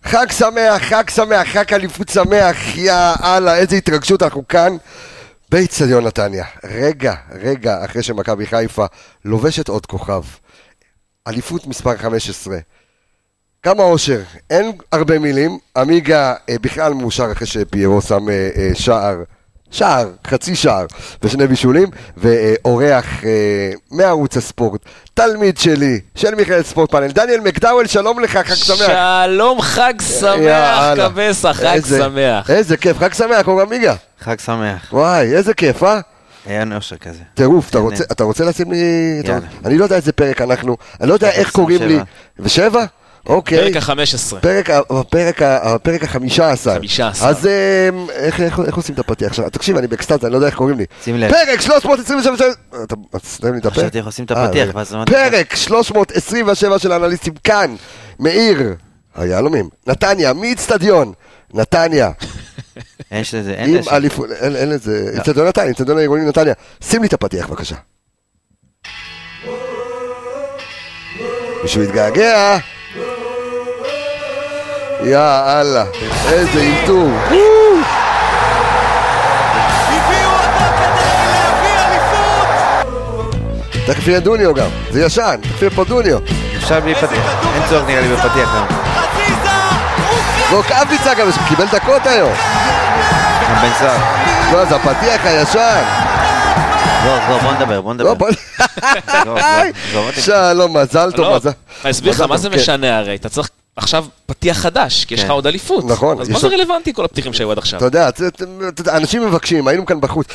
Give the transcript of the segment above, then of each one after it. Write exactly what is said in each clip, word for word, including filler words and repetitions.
חג שמח, חג שמח, חג אליפות שמח, יא אללה, איזה התרגשות, אנחנו כאן באצטדיון נתניה. רגע, רגע, אחרי שמכבי חיפה לובשת עוד כוכב. אליפות מספר חמש עשרה. כמה אושר, אין הרבה מילים, עמיגה אה, בכלל מאושר אחרי שפיירו שם אה, אה, שער, שער, חצי שער, ושני בישולים, ואורח אה, מערוץ הספורט, תלמיד שלי, של מיכאל ספורט פאנל, דניאל מקדאוול, שלום לך, חג שמח. שלום, חג שמח, קבסה, חג איזה, שמח. איזה כיף, חג שמח, אור עמיגה. חג שמח. וואי, איזה כיף, אה? היה נושר כזה. טירוף, אתה רוצה, אתה רוצה לשים לי... יאללה. אני לא יודע איזה פרק אנחנו, אני לא יודע איך קוראים לי. ושבע? אוקיי. פרק ה-חמש עשרה. פרק, הפרק, הפרק ה-חמישה עשר. חמישה עשר. אז איך, איך, איך עושים את הפתיח עכשיו? תקשיב, אני באקסטאזה, אני לא יודע איך קוראים לי. שים לב. פרק שלוש מאות עשרים ושבע... אתה סתם לי את הפרק? חשבתי איך עושים את הפתיח. פרק שלוש מאות עשרים ושבע של האנליסטים כאן, מעיר, היהלומים, נתניה, מאצטדיון, נתניה. אין לזה, אין לזה. אין לזה, אצטדיון נתניה, אצטדיון העירוני נתניה. שים לי את הפתיח, בבקשה. מישהו יתגעגע. יא אללה, איזה אילתור. הביאו אותו כדי להביא אליפות. תכף יהיה דוניו גם, זה ישן, תכף יהיה פה דוניו. אפשר בלי פתיח, אין צורך נראה לי בפתיח גם. חזיזה, לא כאב ביצע גם, קיבל דקות היום. גם בן סער. לא, זה הפתיח הישן. לא, לא, בוא נדבר, בוא נדבר. לא, בוא נדבר. שלום, מזל טוב, מזל. אני אסביר לך, מה זה משנה הרי? אתה צריך עכשיו פתיח חדש, כי יש לך עוד אליפות. נכון. אז מה זה רלוונטי כל הפתיחים שהיו עד עכשיו? אתה יודע, אנשים מבקשים, היינו כאן בחוץ.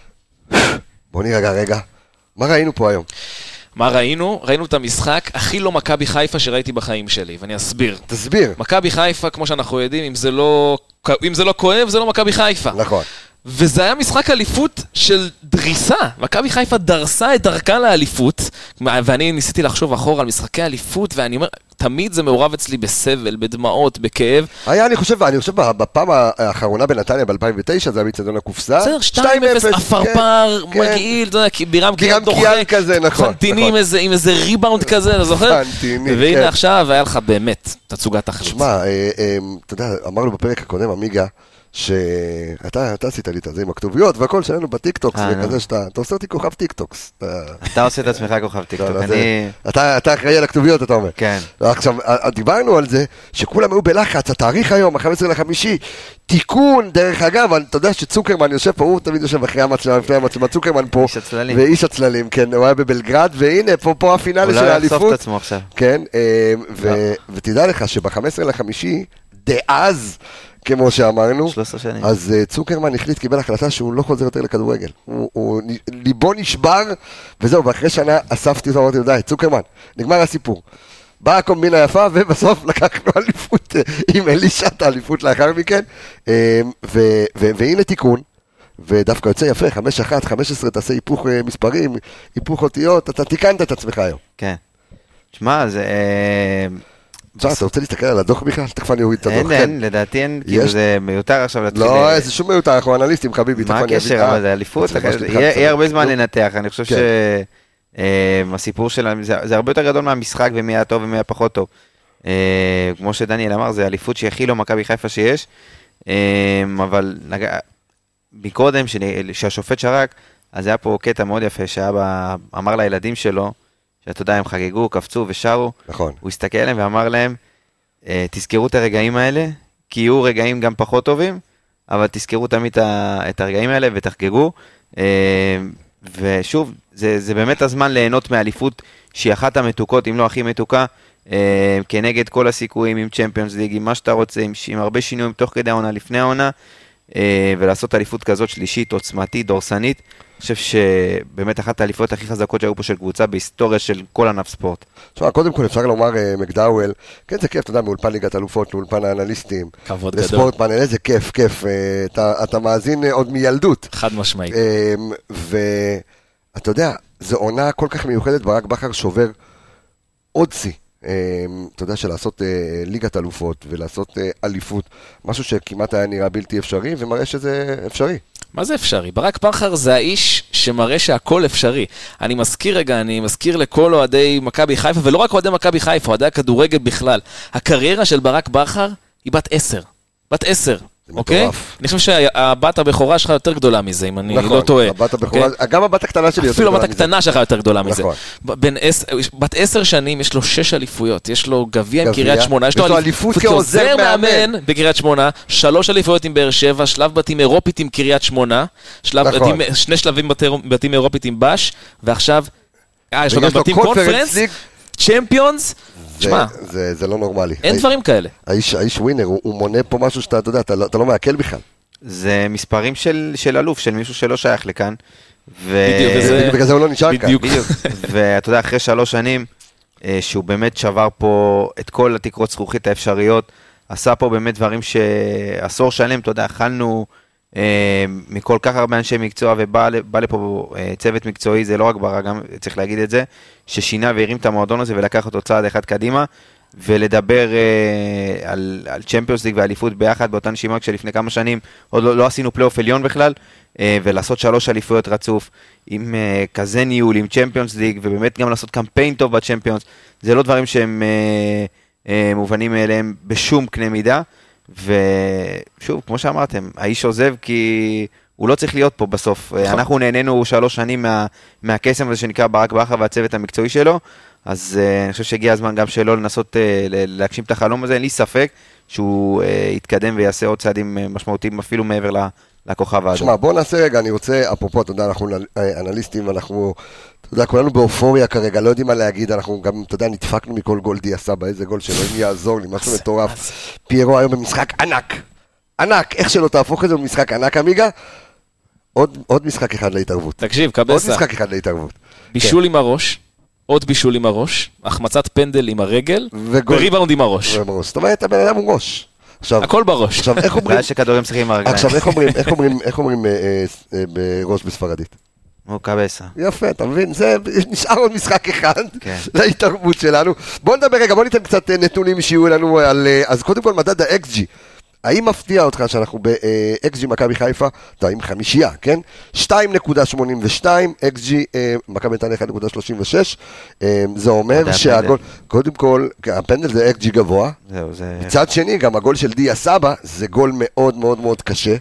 בוא נראה רגע, רגע. מה ראינו פה היום? מה ראינו? ראינו את המשחק הכי לא מכבי חיפה שראיתי בחיים שלי, ואני אסביר. תסביר. מכבי חיפה, כמו שאנחנו יודעים, אם זה לא, אם זה לא כואב, זה לא מכבי חיפה. נכון. וזה היה משחק אליפות של דריסה. מכבי חיפה דרסה את דרכה לאליפות, ואני ניסיתי לחשוב אחורה על משחקי אליפות, ואני אומר, תמיד זה מעורב אצלי בסבל, בדמעות, בכאב. היה, אני חושב, אני חושב, בפעם האחרונה בנתניה ב-אלפיים ותשע, זה היה מצטדיון הקופסה. בסדר, שתיים אפס, הפרפר, מגעיל, אתה יודע, בירם קיאל דוחק, פנטינים עם איזה ריבאונד כזה, אתה זוכר? פנטינים, והנה עכשיו היה לך באמת תצוגת תכלית. שמע, אתה יודע, אמרנו בפרק הקודם, עמיגה, שאתה עשית לי את זה עם הכתוביות והכל שלנו בטיקטוקס, וכזה שאתה עושה אותי כוכב טיקטוקס. אתה עושה את עצמך כוכב טיקטוק, אתה אחראי על הכתוביות, אתה אומר. כן. עכשיו, דיברנו על זה, שכולם היו בלחץ, התאריך היום, ה-חמישה עשר לחמישי, תיקון, דרך אגב, אתה יודע שצוקרמן יושב פה, הוא תמיד יושב אחרי המצלמה, לפני המצלמה, צוקרמן פה, איש הצללים. ואיש הצללים, כן, הוא היה בבלגרד, והנה, פה הפינאלי של האליפות. אולי יחשוף את עצמו עכשיו. כן, ותדע לך שב-חמישה עשר לחמישי, דאז, כמו שאמרנו, אז uh, צוקרמן החליט, קיבל החלטה שהוא לא חוזר יותר לכדורגל. הוא, הוא ליבו נשבר, וזהו, ואחרי שנה אספתי אותו, אמרתי לו, די, צוקרמן, נגמר הסיפור. באה הקומבינה יפה, ובסוף לקחנו אליפות, עם אלישת האליפות לאחר מכן, ו- ו- והנה תיקון, ודווקא יוצא יפה, חמש אחת, חמש עשרה, תעשה היפוך מספרים, היפוך אותיות, אתה תיקנת את עצמך היום. כן. תשמע, זה... אתה רוצה להסתכל על הדוח בכלל? תכף אני אוריד את הדוח. אין, אין, לדעתי אין, כאילו זה מיותר עכשיו להתחיל... לא, זה שום מיותר, אנחנו אנליסטים, חביבי. מה הקשר, אבל זה אליפות, יהיה הרבה זמן לנתח, אני חושב שהסיפור שלנו, זה הרבה יותר גדול מהמשחק ומי היה טוב ומי היה פחות טוב. כמו שדניאל אמר, זה אליפות שהכי לא מכבי חיפה שיש, אבל מקודם שהשופט שרק, אז היה פה קטע מאוד יפה, שאמר לילדים שלו, שאתה יודע, הם חגגו, קפצו ושרו. נכון. הוא הסתכל עליהם ואמר להם, תזכרו את הרגעים האלה, כי יהיו רגעים גם פחות טובים, אבל תזכרו תמיד את הרגעים האלה ותחגגו. ושוב, זה, זה באמת הזמן ליהנות מאליפות, שהיא אחת המתוקות, אם לא הכי מתוקה, כנגד כל הסיכויים עם צ'מפיונס ליג, עם מה שאתה רוצה, עם, עם הרבה שינויים תוך כדי העונה, לפני העונה, ולעשות אליפות כזאת שלישית, עוצמתית, דורסנית. אני חושב שבאמת אחת האליפויות הכי חזקות שהיו פה של קבוצה בהיסטוריה של כל ענף ספורט. תשמע, קודם כל אפשר לומר מקדאוול, כן זה כיף, אתה יודע, מאולפן ליגת אלופות, מאולפן האנליסטים, כבוד גדול. לספורט פאנל, איזה כיף, כיף, אתה, אתה מאזין עוד מילדות. חד משמעית. ואתה יודע, זו עונה כל כך מיוחדת, ברק בכר שובר עוד צי. אתה יודע שלעשות ליגת אלופות ולעשות אליפות, משהו שכמעט היה נראה בלתי אפשרי, ומראה שזה אפשרי. מה זה אפשרי? ברק בכר זה האיש שמראה שהכל אפשרי. אני מזכיר רגע, אני מזכיר לכל אוהדי מכבי חיפה, ולא רק אוהדי מכבי חיפה, אוהדי הכדורגל בכלל. הקריירה של ברק בכר היא בת עשר. בת עשר. אוקיי? אני חושב שהבת הבכורה שלך יותר גדולה מזה, אם אני לא טועה. גם הבת הקטנה שלי יותר גדולה מזה. אפילו הבת הקטנה שלך יותר גדולה מזה. בת עשר שנים יש לו שש אליפויות, יש לו גביע עם קריית שמונה, יש לו אליפות כעוזר מאמן בקריית שמונה, שלוש אליפויות עם באר שבע, שלב בתים אירופית עם קריית שמונה, שני שלבים בתים אירופית עם בש, ועכשיו, יש לו גם בתים קונפרנס, צ'מפיונס, תשמע, זה לא נורמלי. אין דברים כאלה. האיש ווינר, הוא מונה פה משהו שאתה, אתה יודע, אתה לא מעכל בכלל. זה מספרים של אלוף, של מישהו שלא שייך לכאן. בגלל זה הוא לא נשאר כאן. ואתה יודע, אחרי שלוש שנים, שהוא באמת שבר פה את כל התקרות זכוכית האפשריות, עשה פה באמת דברים שעשור שלם, אתה יודע, אכלנו מכל כך הרבה אנשי מקצוע, ובא לפה צוות מקצועי, זה לא רק ברע, גם צריך להגיד את זה, ששינה והרים את המועדון הזה ולקח אותו צעד אחד קדימה, ולדבר על צ'מפיונס ליג ואליפות ביחד באותה נשימה, כשלפני כמה שנים עוד לא עשינו פלייאוף עליון בכלל, ולעשות שלוש אליפויות רצוף, עם כזה ניהול, עם צ'מפיונס ליג, ובאמת גם לעשות קמפיין טוב בצ'מפיונס, זה לא דברים שהם מובנים מאליהם בשום קנה מידה, ושוב, כמו שאמרתם, האיש עוזב כי הוא לא צריך להיות פה בסוף. אנחנו נהנינו שלוש שנים מה, מהקסם הזה שנקרא ברק בכר והצוות המקצועי שלו, אז אני חושב שהגיע הזמן גם שלא לנסות להגשים את החלום הזה, אין לי ספק שהוא יתקדם ויעשה עוד צעדים משמעותיים אפילו מעבר לכוכב האדום. שמע, בוא נעשה רגע, אני רוצה, אפרופו, אתה יודע, אנחנו אנליסטים, אנחנו, אתה יודע, כולנו באופוריה כרגע, לא יודעים מה להגיד, אנחנו גם, אתה יודע, נדפקנו מכל גול דיה סבא, איזה גול שלו, אם יעזור לי, משהו מטורף. פיירו היום במשחק ענק, ענק, איך שלא תהפוך את זה במשחק ענק, אמיגה, עוד, עוד משחק אחד להתערבות. תקשיב, קבסה. עוד משחק אחד להתערבות. בישול כן. עם הראש, עוד בישול עם הראש, החמצת פנדל עם הרגל, וריבאונד עם הראש. זאת אומרת, הבן אדם הוא ראש. עכשיו, הכל בראש. עכשיו, איך אומרים... שכדורים צריכים עם הרגליים. עכשיו, איך אומרים, איך אומרים, איך אומרים בראש בספרדית? מו קבסה. יפה, אתה מבין? זה נשאר עוד משחק אחד להתערבות שלנו. בוא נדבר רגע, בוא ניתן קצת נתונים שיהיו לנו על... אז קודם כל, מדד ה-אקס ג'י. האם מפתיע אותך שאנחנו ב-אקס ג'י מכבי חיפה, אתה עם חמישייה, כן? שתיים נקודה שמונים ושתיים, אקס ג'י מכבי נתניה אחד נקודה שלושים ושש, זה אומר שהגול, קודם כל, הפנדל זה אקס ג'י גבוה, מצד שני, גם הגול של דיה סבא, זה גול מאוד מאוד מאוד קשה,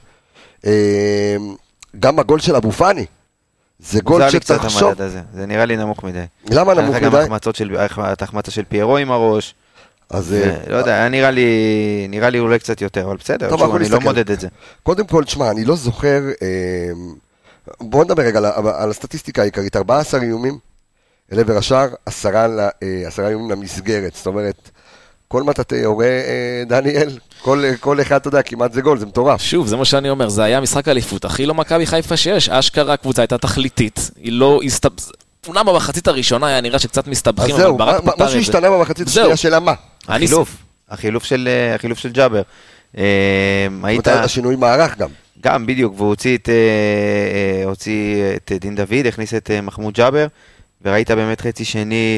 גם הגול של אבו פאני, זה גול שצריך לחשוב. זה נראה לי נמוך מדי. למה נמוך מדי? גם ההחמצה של פיירו עם הראש, אז לא יודע, נראה לי, נראה לי אולי קצת יותר, אבל בסדר, אני לא מודד את זה. קודם כל, תשמע, אני לא זוכר, בוא נדבר רגע על הסטטיסטיקה העיקרית, ארבעה עשר איומים, אל עבר השער, עשרה איומים למסגרת, זאת אומרת, כל מטאטא יורה דניאל, כל אחד, אתה יודע, כמעט זה גול, זה מטורף. שוב, זה מה שאני אומר, זה היה משחק אליפות, הכי לא מכבי חיפה שיש, אשכרה הקבוצה הייתה תכליתית, היא לא הסתבזה. אומנם במחצית הראשונה היה נראה שקצת מסתבכים, אז זהו, מה שהשתנה במחצית השנייה של מה? החילוף, החילוף של, החילוף של ג'אבר. השינוי מערך גם. גם, בדיוק, והוא הוציא את, הוציא את דין דוד, הכניס את מחמוד ג'אבר, וראית באמת חצי שני,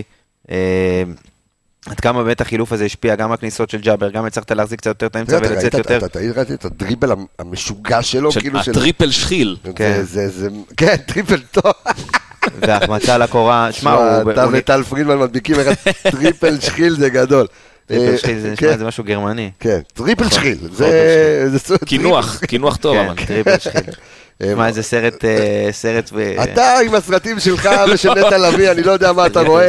עד כמה באמת החילוף הזה השפיע גם הכניסות של ג'אבר, גם הצלחת להחזיק קצת יותר את האמצע ולצאת יותר. אתה ראית את הדריבל המשוגע שלו, הטריפל שחיל. כן, טריפל טוב. והחמצה לקורה, שמע, אתה וטל פרידמן מדביקים אחד, טריפל שחיל זה גדול. טריפל שחיל זה נשמע, זה משהו גרמני. כן, טריפל שחיל, זה... כינוח, כינוח טוב. כן, טריפל שחיל. מה, איזה סרט, סרט ו... אתה עם הסרטים שלך ושל נטע לביא, אני לא יודע מה אתה רואה.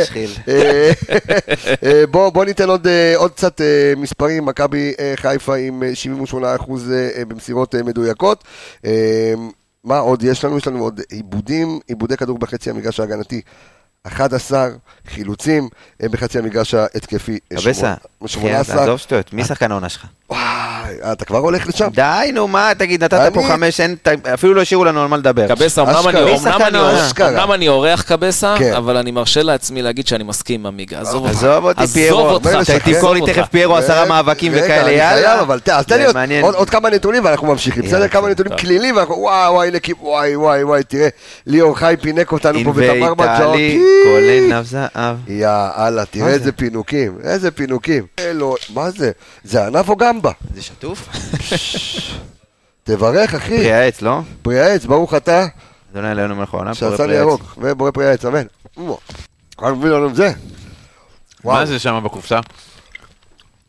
בוא ניתן עוד קצת מספרים, מכבי חיפה עם שבעים ושמונה אחוז במסירות מדויקות. מה עוד יש לנו? יש לנו עוד עיבודים, עיבודי כדור בחצי המגרש ההגנתי, אחד עשר חילוצים בחצי המגרש ההתקפי. קבסה, עזוב שטויות, מי שחקן העונה שלך? וואי, אתה כבר הולך לשם? די, נו, מה, תגיד, נתת פה חמש, אפילו לא השאירו לנו על מה לדבר. קבסה, אמנם אני אורח קבסה, אבל אני מרשה לעצמי להגיד שאני מסכים עם המיגה. עזוב אותי פיירו, תמכור לי תכף פיירו עשרה מאבקים וכאלה, יאללה. אבל תן לי עוד כמה נתונים ואנחנו ממשיכים. בסדר, כמה נתונים כלילים, וואי, וואי, וואי, וואי, וואי, תראה, ליאור חי פינק אותנו פה ותמר בג'אות. כולל נב זהב. יאללה, תראה איזה פינוקים, איזה פינוקים. מה זה? זה ענף או גמבה? זה שטוף? תברך, אחי. פרי העץ, לא? פרי העץ, ברוך אתה. אדוני עלינו מלכונה, שעשה לי ירוק, ובורא פרי העץ, אמן. רק מביא לנו את זה. מה זה שם בקופסה?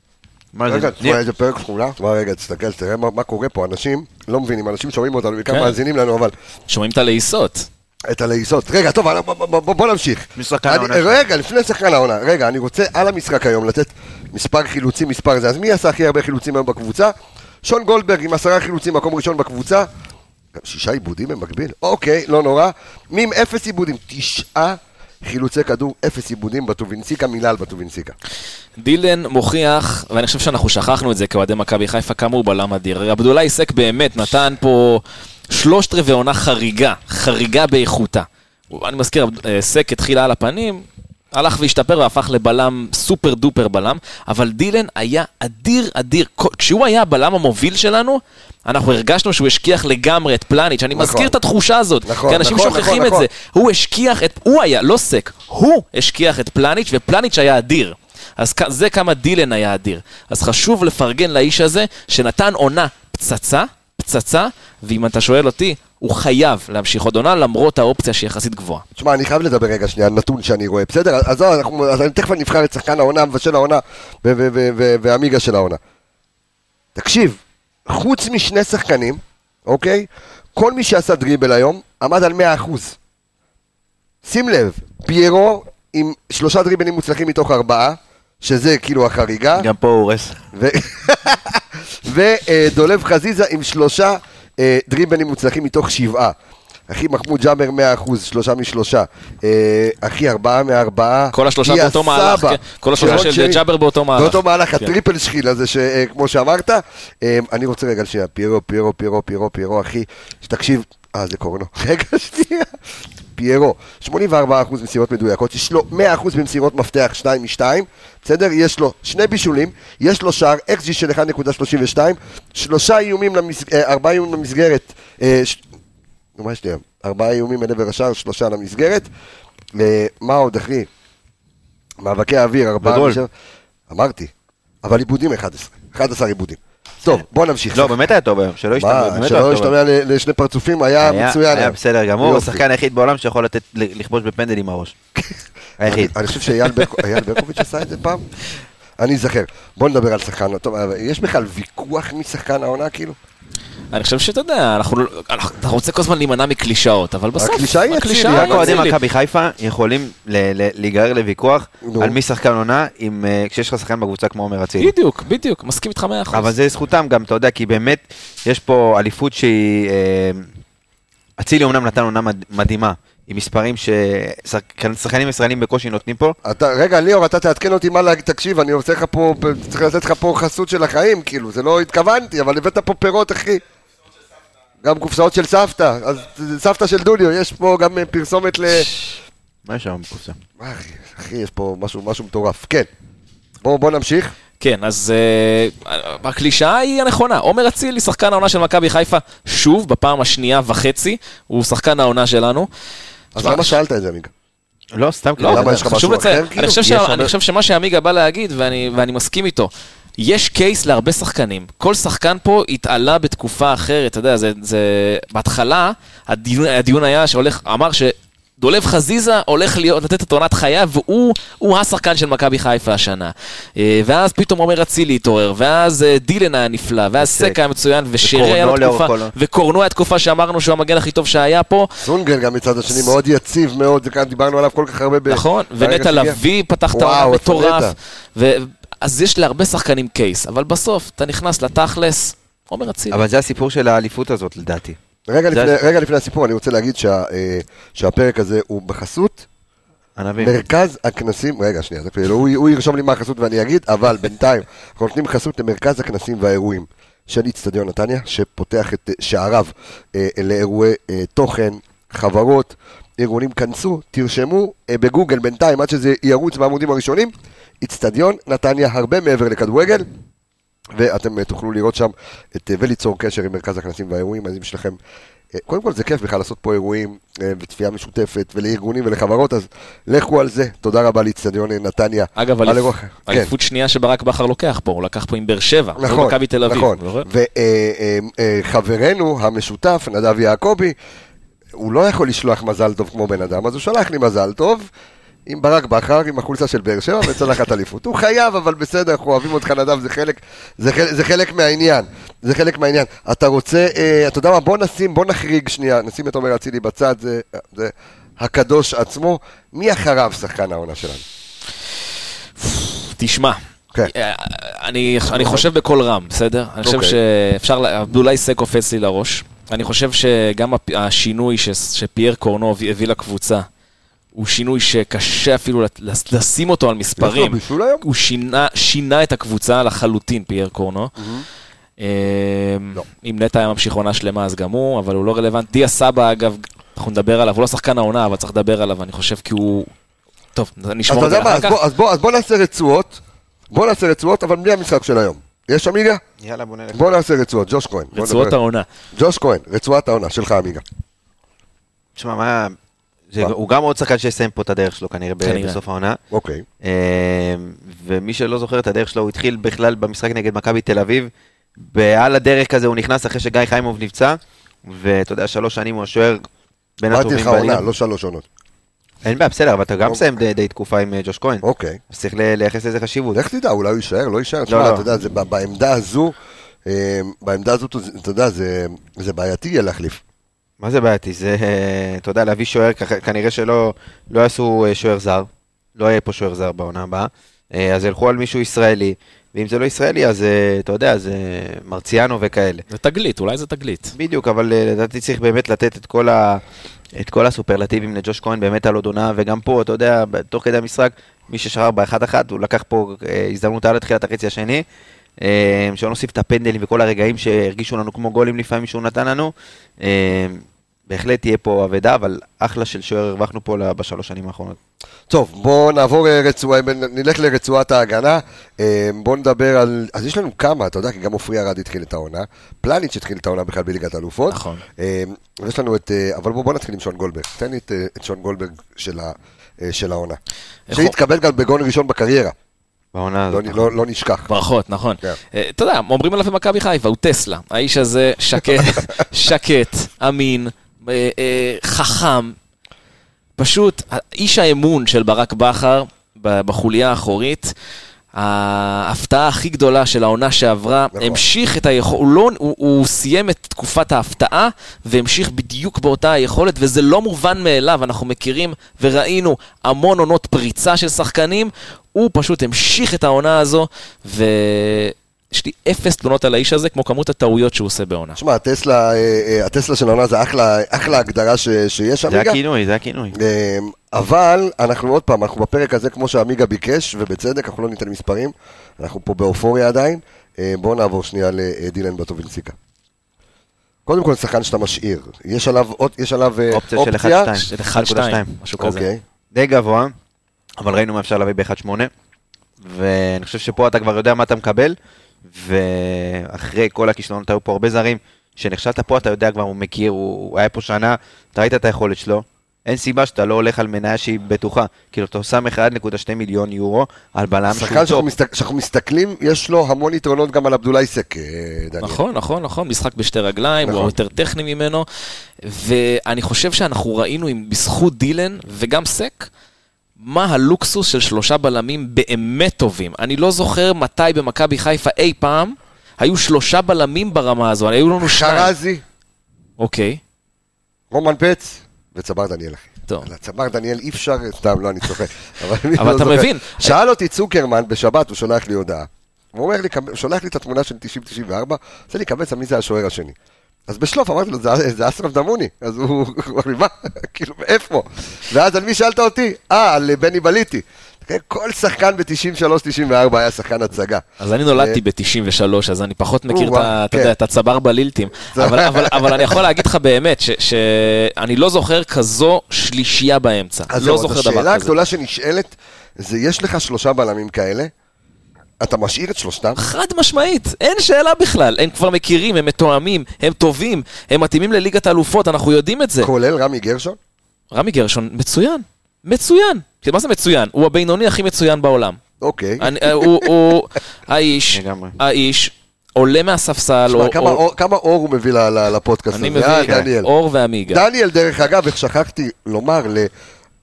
רגע, תשמע איזה פרק שכונה, תשמע רגע, תסתכל, תראה מה קורה פה, אנשים לא מבינים, אנשים שומעים אותנו, בעיקר מאזינים לנו, אבל... שומעים את הלעיסות. את הלעיסות. רגע, טוב, בוא נמשיך. משחקן העונה. רגע, לפני שחקן העונה, רגע, אני רוצה על המשחק היום לתת מספר חילוצים, מספר זה, אז מי עשה הכי הרבה חילוצים היום בקבוצה? שון גולדברג עם עשרה חילוצים, מקום ראשון בקבוצה, שישה עיבודים במקביל, אוקיי, לא נורא, מי עם אפס עיבודים, תשעה חילוצי כדור, אפס עיבודים בטובינסיקה, מילה על בטובינסיקה. דילן מוכיח, ואני חושב שאנחנו שכחנו את זה כאוהדי מכבי חיפה, כמה הוא בלם אדיר. עבדולאי עסק באמת נתן פה שלושת רבעי עונה חריגה, חריגה באיכותה. אני מזכיר, עסק התחילה על הפנים, הלך והשתפר והפך לבלם סופר דופר בלם, אבל דילן היה אדיר אדיר. כשהוא היה הבלם המוביל שלנו, אנחנו הרגשנו שהוא השכיח לגמרי את פלניץ'. אני מזכיר את התחושה הזאת, כי אנשים שוכחים את זה. הוא השכיח את, הוא היה, לא סק, הוא השכיח את פלניץ' ופלניץ' היה אדיר. אז זה כמה דילן היה אדיר. אז חשוב לפרגן לאיש הזה, שנתן עונה פצצה, פצצה, ואם אתה שואל אותי, הוא חייב להמשיך עוד עונה, למרות האופציה שהיא יחסית גבוהה. תשמע, אני חייב לדבר רגע שנייה, נתון שאני רואה, בסדר? אז, אנחנו, אז אני תכף נבחר את שחקן העונה, מבשל העונה, והמיגה של העונה. תקשיב, חוץ משני שחקנים, אוקיי? כל מי שעשה דריבל היום, עמד על מאה אחוז. שים לב, פיירו עם שלושה דריבלים מוצלחים מתוך ארבעה, שזה כאילו החריגה. גם פה הוא הורס. ודולב חזיזה עם שלושה דריבלים מוצלחים מתוך שבעה. אחי מחמוד ג'אבר מאה אחוז, שלושה משלושה. אחי ארבעה מארבעה. כל השלושה באותו מהלך, כל השלושה של ג'אבר באותו מהלך. באותו מהלך, הטריפל שחיל הזה, כמו שאמרת. אני רוצה רגע שנייה, פיירו, פיירו, פיירו, פיירו, פיירו, אחי, שתקשיב, אה, זה קורנו. רגע שנייה. פיירו, שמונים וארבעה אחוז במסירות מדויקות, יש לו מאה אחוז במסירות מפתח שתיים משתיים, בסדר? יש לו שני בישולים, יש לו שער, אקס ג'י של אחת נקודה שלושים ושתיים, שלושה איומים, ארבעה איומים למסגרת, מה יש לי? ארבעה איומים מעבר השער, שלושה למסגרת, מה עוד אחי? מאבקי האוויר, ארבעה משם, אמרתי, אבל עיבודים אחד עשר, אחד עשר עיבודים. טוב, בוא נמשיך. לא, באמת היה טוב היום, שלא השתמע. שלא השתמע לשני פרצופים, היה מצוין. היה בסדר גמור, השחקן היחיד בעולם שיכול לתת לכבוש בפנדל עם הראש. היחיד. אני חושב שאייל ברקוביץ' עשה את זה פעם. אני אזכר. בוא נדבר על שחקן. טוב, יש בכלל ויכוח משחקן העונה כאילו? אני חושב שאתה יודע, אנחנו רוצים כל הזמן להימנע מקלישאות, אבל בסוף... הקלישה היא אצילי. רק אוהדים מכבי חיפה יכולים להיגרר לוויכוח על מי שחקן עונה, כשיש לך שחקן בקבוצה כמו עומר אצילי. בדיוק, בדיוק, מסכים איתך מאה אחוז. אבל זה זכותם גם, אתה יודע, כי באמת יש פה אליפות שהיא... אצילי אומנם נתן עונה מדהימה, עם מספרים ששחקנים ישראלים בקושי נותנים פה. רגע, ליאור, אתה תעדכן אותי מה להגיד, תקשיב, אני רוצה לך פה, צריך לתת לך פה חסות של החיים, כאילו, זה לא התכוונתי, אבל הבאת פה פירות, אחי. גם קופסאות של סבתא, אז סבתא של דוליו, יש פה גם פרסומת ל... מה יש שם בקופסה? אחי, אחי, יש פה משהו, משהו מטורף. כן, בואו בוא נמשיך. כן, אז uh, הקלישאה היא הנכונה. עומר אצילי, שחקן העונה של מכבי חיפה, שוב, בפעם השנייה וחצי, הוא שחקן העונה שלנו. אז למה שאלת את זה, אמיגה? לא, סתם לא, למה יש לך משהו אחר? אני חושב, ש... אני חושב שמה שאמיגה בא להגיד, ואני, ואני מסכים איתו, יש קייס להרבה שחקנים. כל שחקן פה התעלה בתקופה אחרת, אתה יודע, זה, זה... בהתחלה, הדיון, הדיון היה שהולך, אמר ש... דולב חזיזה הולך להיות, לתת את עונת חייו, והוא השחקן של מכבי חיפה השנה. ואז פתאום עומר אצילי התעורר, ואז דילן היה נפלא, ואז סק היה מצוין, ושרי היה לו תקופה, וקורנו היה תקופה שאמרנו שהוא המגן הכי טוב שהיה פה. סונגרן גם מצד השני מאוד יציב מאוד, זה כאן דיברנו עליו כל כך הרבה. נכון, ונטע לביא פתח את העונה מטורף. אז יש להרבה שחקנים קייס, אבל בסוף אתה נכנס לתכלס, עומר אצילי. אבל זה הסיפור של האליפות הזאת לדעתי. רגע לפני, רגע לפני הסיפור, אני רוצה להגיד שה, שהפרק הזה הוא בחסות מרכז הכנסים, רגע שנייה, הוא, הוא ירשום לי מה החסות ואני אגיד, אבל בינתיים אנחנו נותנים חסות למרכז הכנסים והאירועים של אצטדיון נתניה, שפותח את שעריו לאירועי תוכן, חברות, ארגונים, כנסו, תרשמו בגוגל בינתיים, עד שזה ירוץ בעמודים הראשונים, אצטדיון נתניה הרבה מעבר לכדורגל, ואתם תוכלו לראות שם את, וליצור קשר עם מרכז הכנסים והאירועים, אז אם שלכם, קודם כל זה כיף בכלל לעשות פה אירועים וצפייה משותפת ולארגונים ולחברות, אז לכו על זה, תודה רבה לאצטדיון נתניה. אגב, אליפות שנייה שברק בכר לוקח פה, הוא לקח פה עם באר שבע, נכון, מכבי תל אביב. נכון, וחברנו המשותף, נדב יעקבי, הוא לא יכול לשלוח מזל טוב כמו בן אדם, אז הוא שלח לי מזל טוב, עם ברק בכר, עם החולצה של באר שבע, וצלחת אליפות. הוא חייב, אבל בסדר, אנחנו אוהבים אותך נדב, זה חלק, זה חלק, זה חלק מהעניין. זה חלק מהעניין. אתה רוצה, אה, אתה יודע מה, בוא נשים, בוא נחריג שנייה, נשים את עומר אצילי בצד, זה, זה הקדוש עצמו. מי אחריו שחקן העונה שלנו? תשמע. כן. אני, אני חושב בכל רם, בסדר? אני חושב שאפשר, עבדולאי סק קופץ לי לראש. אני חושב שגם השינוי ש, שפייר קורנו הביא לקבוצה, הוא שינוי שקשה אפילו לשים אותו על מספרים. הוא שינה, שינה את הקבוצה לחלוטין, פייר קורנו. אם נטע היה ממשיך עונה שלמה, אז גם הוא, אבל הוא לא רלוונט. דיה סבא, אגב, אנחנו נדבר עליו, הוא לא שחקן העונה, אבל צריך לדבר עליו, אני חושב כי הוא... טוב, נשמור את זה אחר כך. אז בוא, אז בוא נעשה רצועות, בוא נעשה רצועות, אבל בלי המשחק של היום. יש אמיגה? יאללה, בוא נלך. בוא נעשה רצועות, ג'וש כהן. רצועות העונה. ג'וש כהן, רצועת העונה, שלך אמיגה. תשמע, מה... הוא גם עוד שחקן שיסיים פה את הדרך שלו כנראה בסוף העונה. אוקיי. ומי שלא זוכר את הדרך שלו, הוא התחיל בכלל במשחק נגד מכבי תל אביב. בעל הדרך כזה הוא נכנס אחרי שגיא חיימוב נפצע, ואתה יודע, שלוש שנים הוא השוער בין הטובים בליגה. באתי לך עונה, לא שלוש עונות. אין בעיה, בסדר, אבל אתה גם מסיים די תקופה עם ג'וש כהן. אוקיי. אז צריך לייחס לזה חשיבות. איך תדע, אולי הוא יישאר, לא יישאר. תשמע, אתה יודע, בעמדה הזו, בעמדה הזו, אתה יודע, זה בעייתי יהיה להחליף. מה זה בעייתי? זה, אתה יודע, להביא שוער, כנראה שלא לא יעשו שוער זר, לא יהיה פה שוער זר בעונה הבאה, אז ילכו על מישהו ישראלי, ואם זה לא ישראלי, אז אתה יודע, זה מרציאנו וכאלה. זה תגלית, אולי זה תגלית. בדיוק, אבל לדעתי צריך באמת לתת את כל, ה, את כל הסופרלטיבים לג'וש כהן, באמת על עונה, וגם פה, אתה יודע, תוך כדי המשחק, מי ששחרר באחד אחד, הוא לקח פה הזדמנות על התחילת החצי השני, שלא נוסיף את הפנדלים וכל הרגעים שהרגישו לנו כמו גולים לפעמים שהוא נתן לנו, בהחלט תהיה פה עבדה, אבל אחלה של שוער הרווחנו פה בשלוש שנים האחרונות. טוב, בואו נעבור רצועה, נלך לרצועת ההגנה, בואו נדבר על, אז יש לנו כמה, אתה יודע, כי גם אופרי ארד התחיל את העונה, פלניץ' התחיל את העונה בכלל בליגת האלופות, נכון. ויש לנו את, אבל בואו נתחיל עם שון גולדברג, תן לי את, את שון גולדברג של, ה, של העונה, שהתקבל גם בגול ראשון בקריירה. בעונה לא, לא, לא נשכח. ברכות, נכון. אתה יודע, אומרים עליו במכבי חיפה, הוא טסלה. האיש הזה שקט, שקט, אמין, חכם. פשוט, איש האמון של ברק בכר בחוליה האחורית, ההפתעה הכי גדולה של העונה שעברה, המשיך את היכולת, הוא, לא, הוא, הוא סיים את תקופת ההפתעה, והמשיך בדיוק באותה היכולת, וזה לא מובן מאליו, אנחנו מכירים וראינו המון עונות פריצה של שחקנים, הוא פשוט המשיך את העונה הזו, ויש לי אפס תלונות על האיש הזה, כמו כמות הטעויות שהוא עושה בעונה. תשמע, הטסלה, הטסלה של העונה זה אחלה, אחלה הגדרה ש, שיש אמיגה. זה הכינוי, זה הכינוי. אבל אנחנו עוד פעם, אנחנו בפרק הזה כמו שאמיגה ביקש, ובצדק, אנחנו לא ניתן מספרים, אנחנו פה באופוריה עדיין, בואו נעבור שנייה לדילן בטובינסיקה. קודם כל, שחקן שאתה משאיר, יש עליו, יש עליו אופציה של אחד שתיים, משהו כזה. די גבוה, אבל ראינו מה אפשר להביא ב-אחד שמונה, ואני חושב שפה אתה כבר יודע מה אתה מקבל, ואחרי כל הכישלונות היו פה הרבה זרים, שנחשבת פה אתה יודע כבר, הוא מכיר, הוא היה פה שנה, אתה ראית את היכולת שלו, אין סיבה שאתה לא הולך על מניה שהיא בטוחה, כאילו אתה שם אחד נקודה שתיים מיליון יורו על בלם שהוא טוב. שחקן שאנחנו מסתכלים, יש לו המון יתרונות גם על עבדולאי סק, דניאל. נכון, נכון, נכון, משחק בשתי רגליים, הוא יותר טכני ממנו, ואני חושב שאנחנו ראינו בזכות דילן וגם סק, מה הלוקסוס של שלושה בלמים באמת טובים. אני לא זוכר מתי במכבי חיפה אי פעם, היו שלושה בלמים ברמה הזו, היו לנו שניים. חרזי. אוקיי. רומן פץ. וצבר דניאל, אחי. טוב. צבר דניאל אי אפשר, סתם, לא, אני צוחק. אבל אתה מבין. שאל אותי צוקרמן בשבת, הוא שולח לי הודעה. הוא אומר לי, שולח לי את התמונה של תשעים תשעים וארבע, עושה לי קבץ, מי זה השוער השני? אז בשלוף אמרתי לו, זה אסרף דמוני. אז הוא אמר לי, מה? כאילו, איפה? ואז על מי שאלת אותי? אה, על בני בליטי. כל שחקן ב-תשעים ושלוש תשעים וארבע היה שחקן הצגה. אז אני נולדתי ב-תשעים ושלוש, אז אני פחות מכיר את הצבר בלילטים. אבל אני יכול להגיד לך באמת, שאני לא זוכר כזו שלישייה באמצע. לא זוכר דבר כזה. השאלה הגדולה שנשאלת, זה יש לך שלושה בלמים כאלה, אתה משאיר את שלושתם? חד משמעית, אין שאלה בכלל. הם כבר מכירים, הם מתואמים, הם טובים, הם מתאימים לליגת האלופות, אנחנו יודעים את זה. כולל רמי גרשון? רמי גרשון, מצוין. מצוין. מה זה מצוין? הוא הבינוני הכי מצוין בעולם. אוקיי. הוא האיש, האיש, עולה מהספסל. כמה אור הוא מביא לפודקאסט הזה? אני מביא אור ואמיגה. דניאל, דרך אגב, איך שכחתי לומר,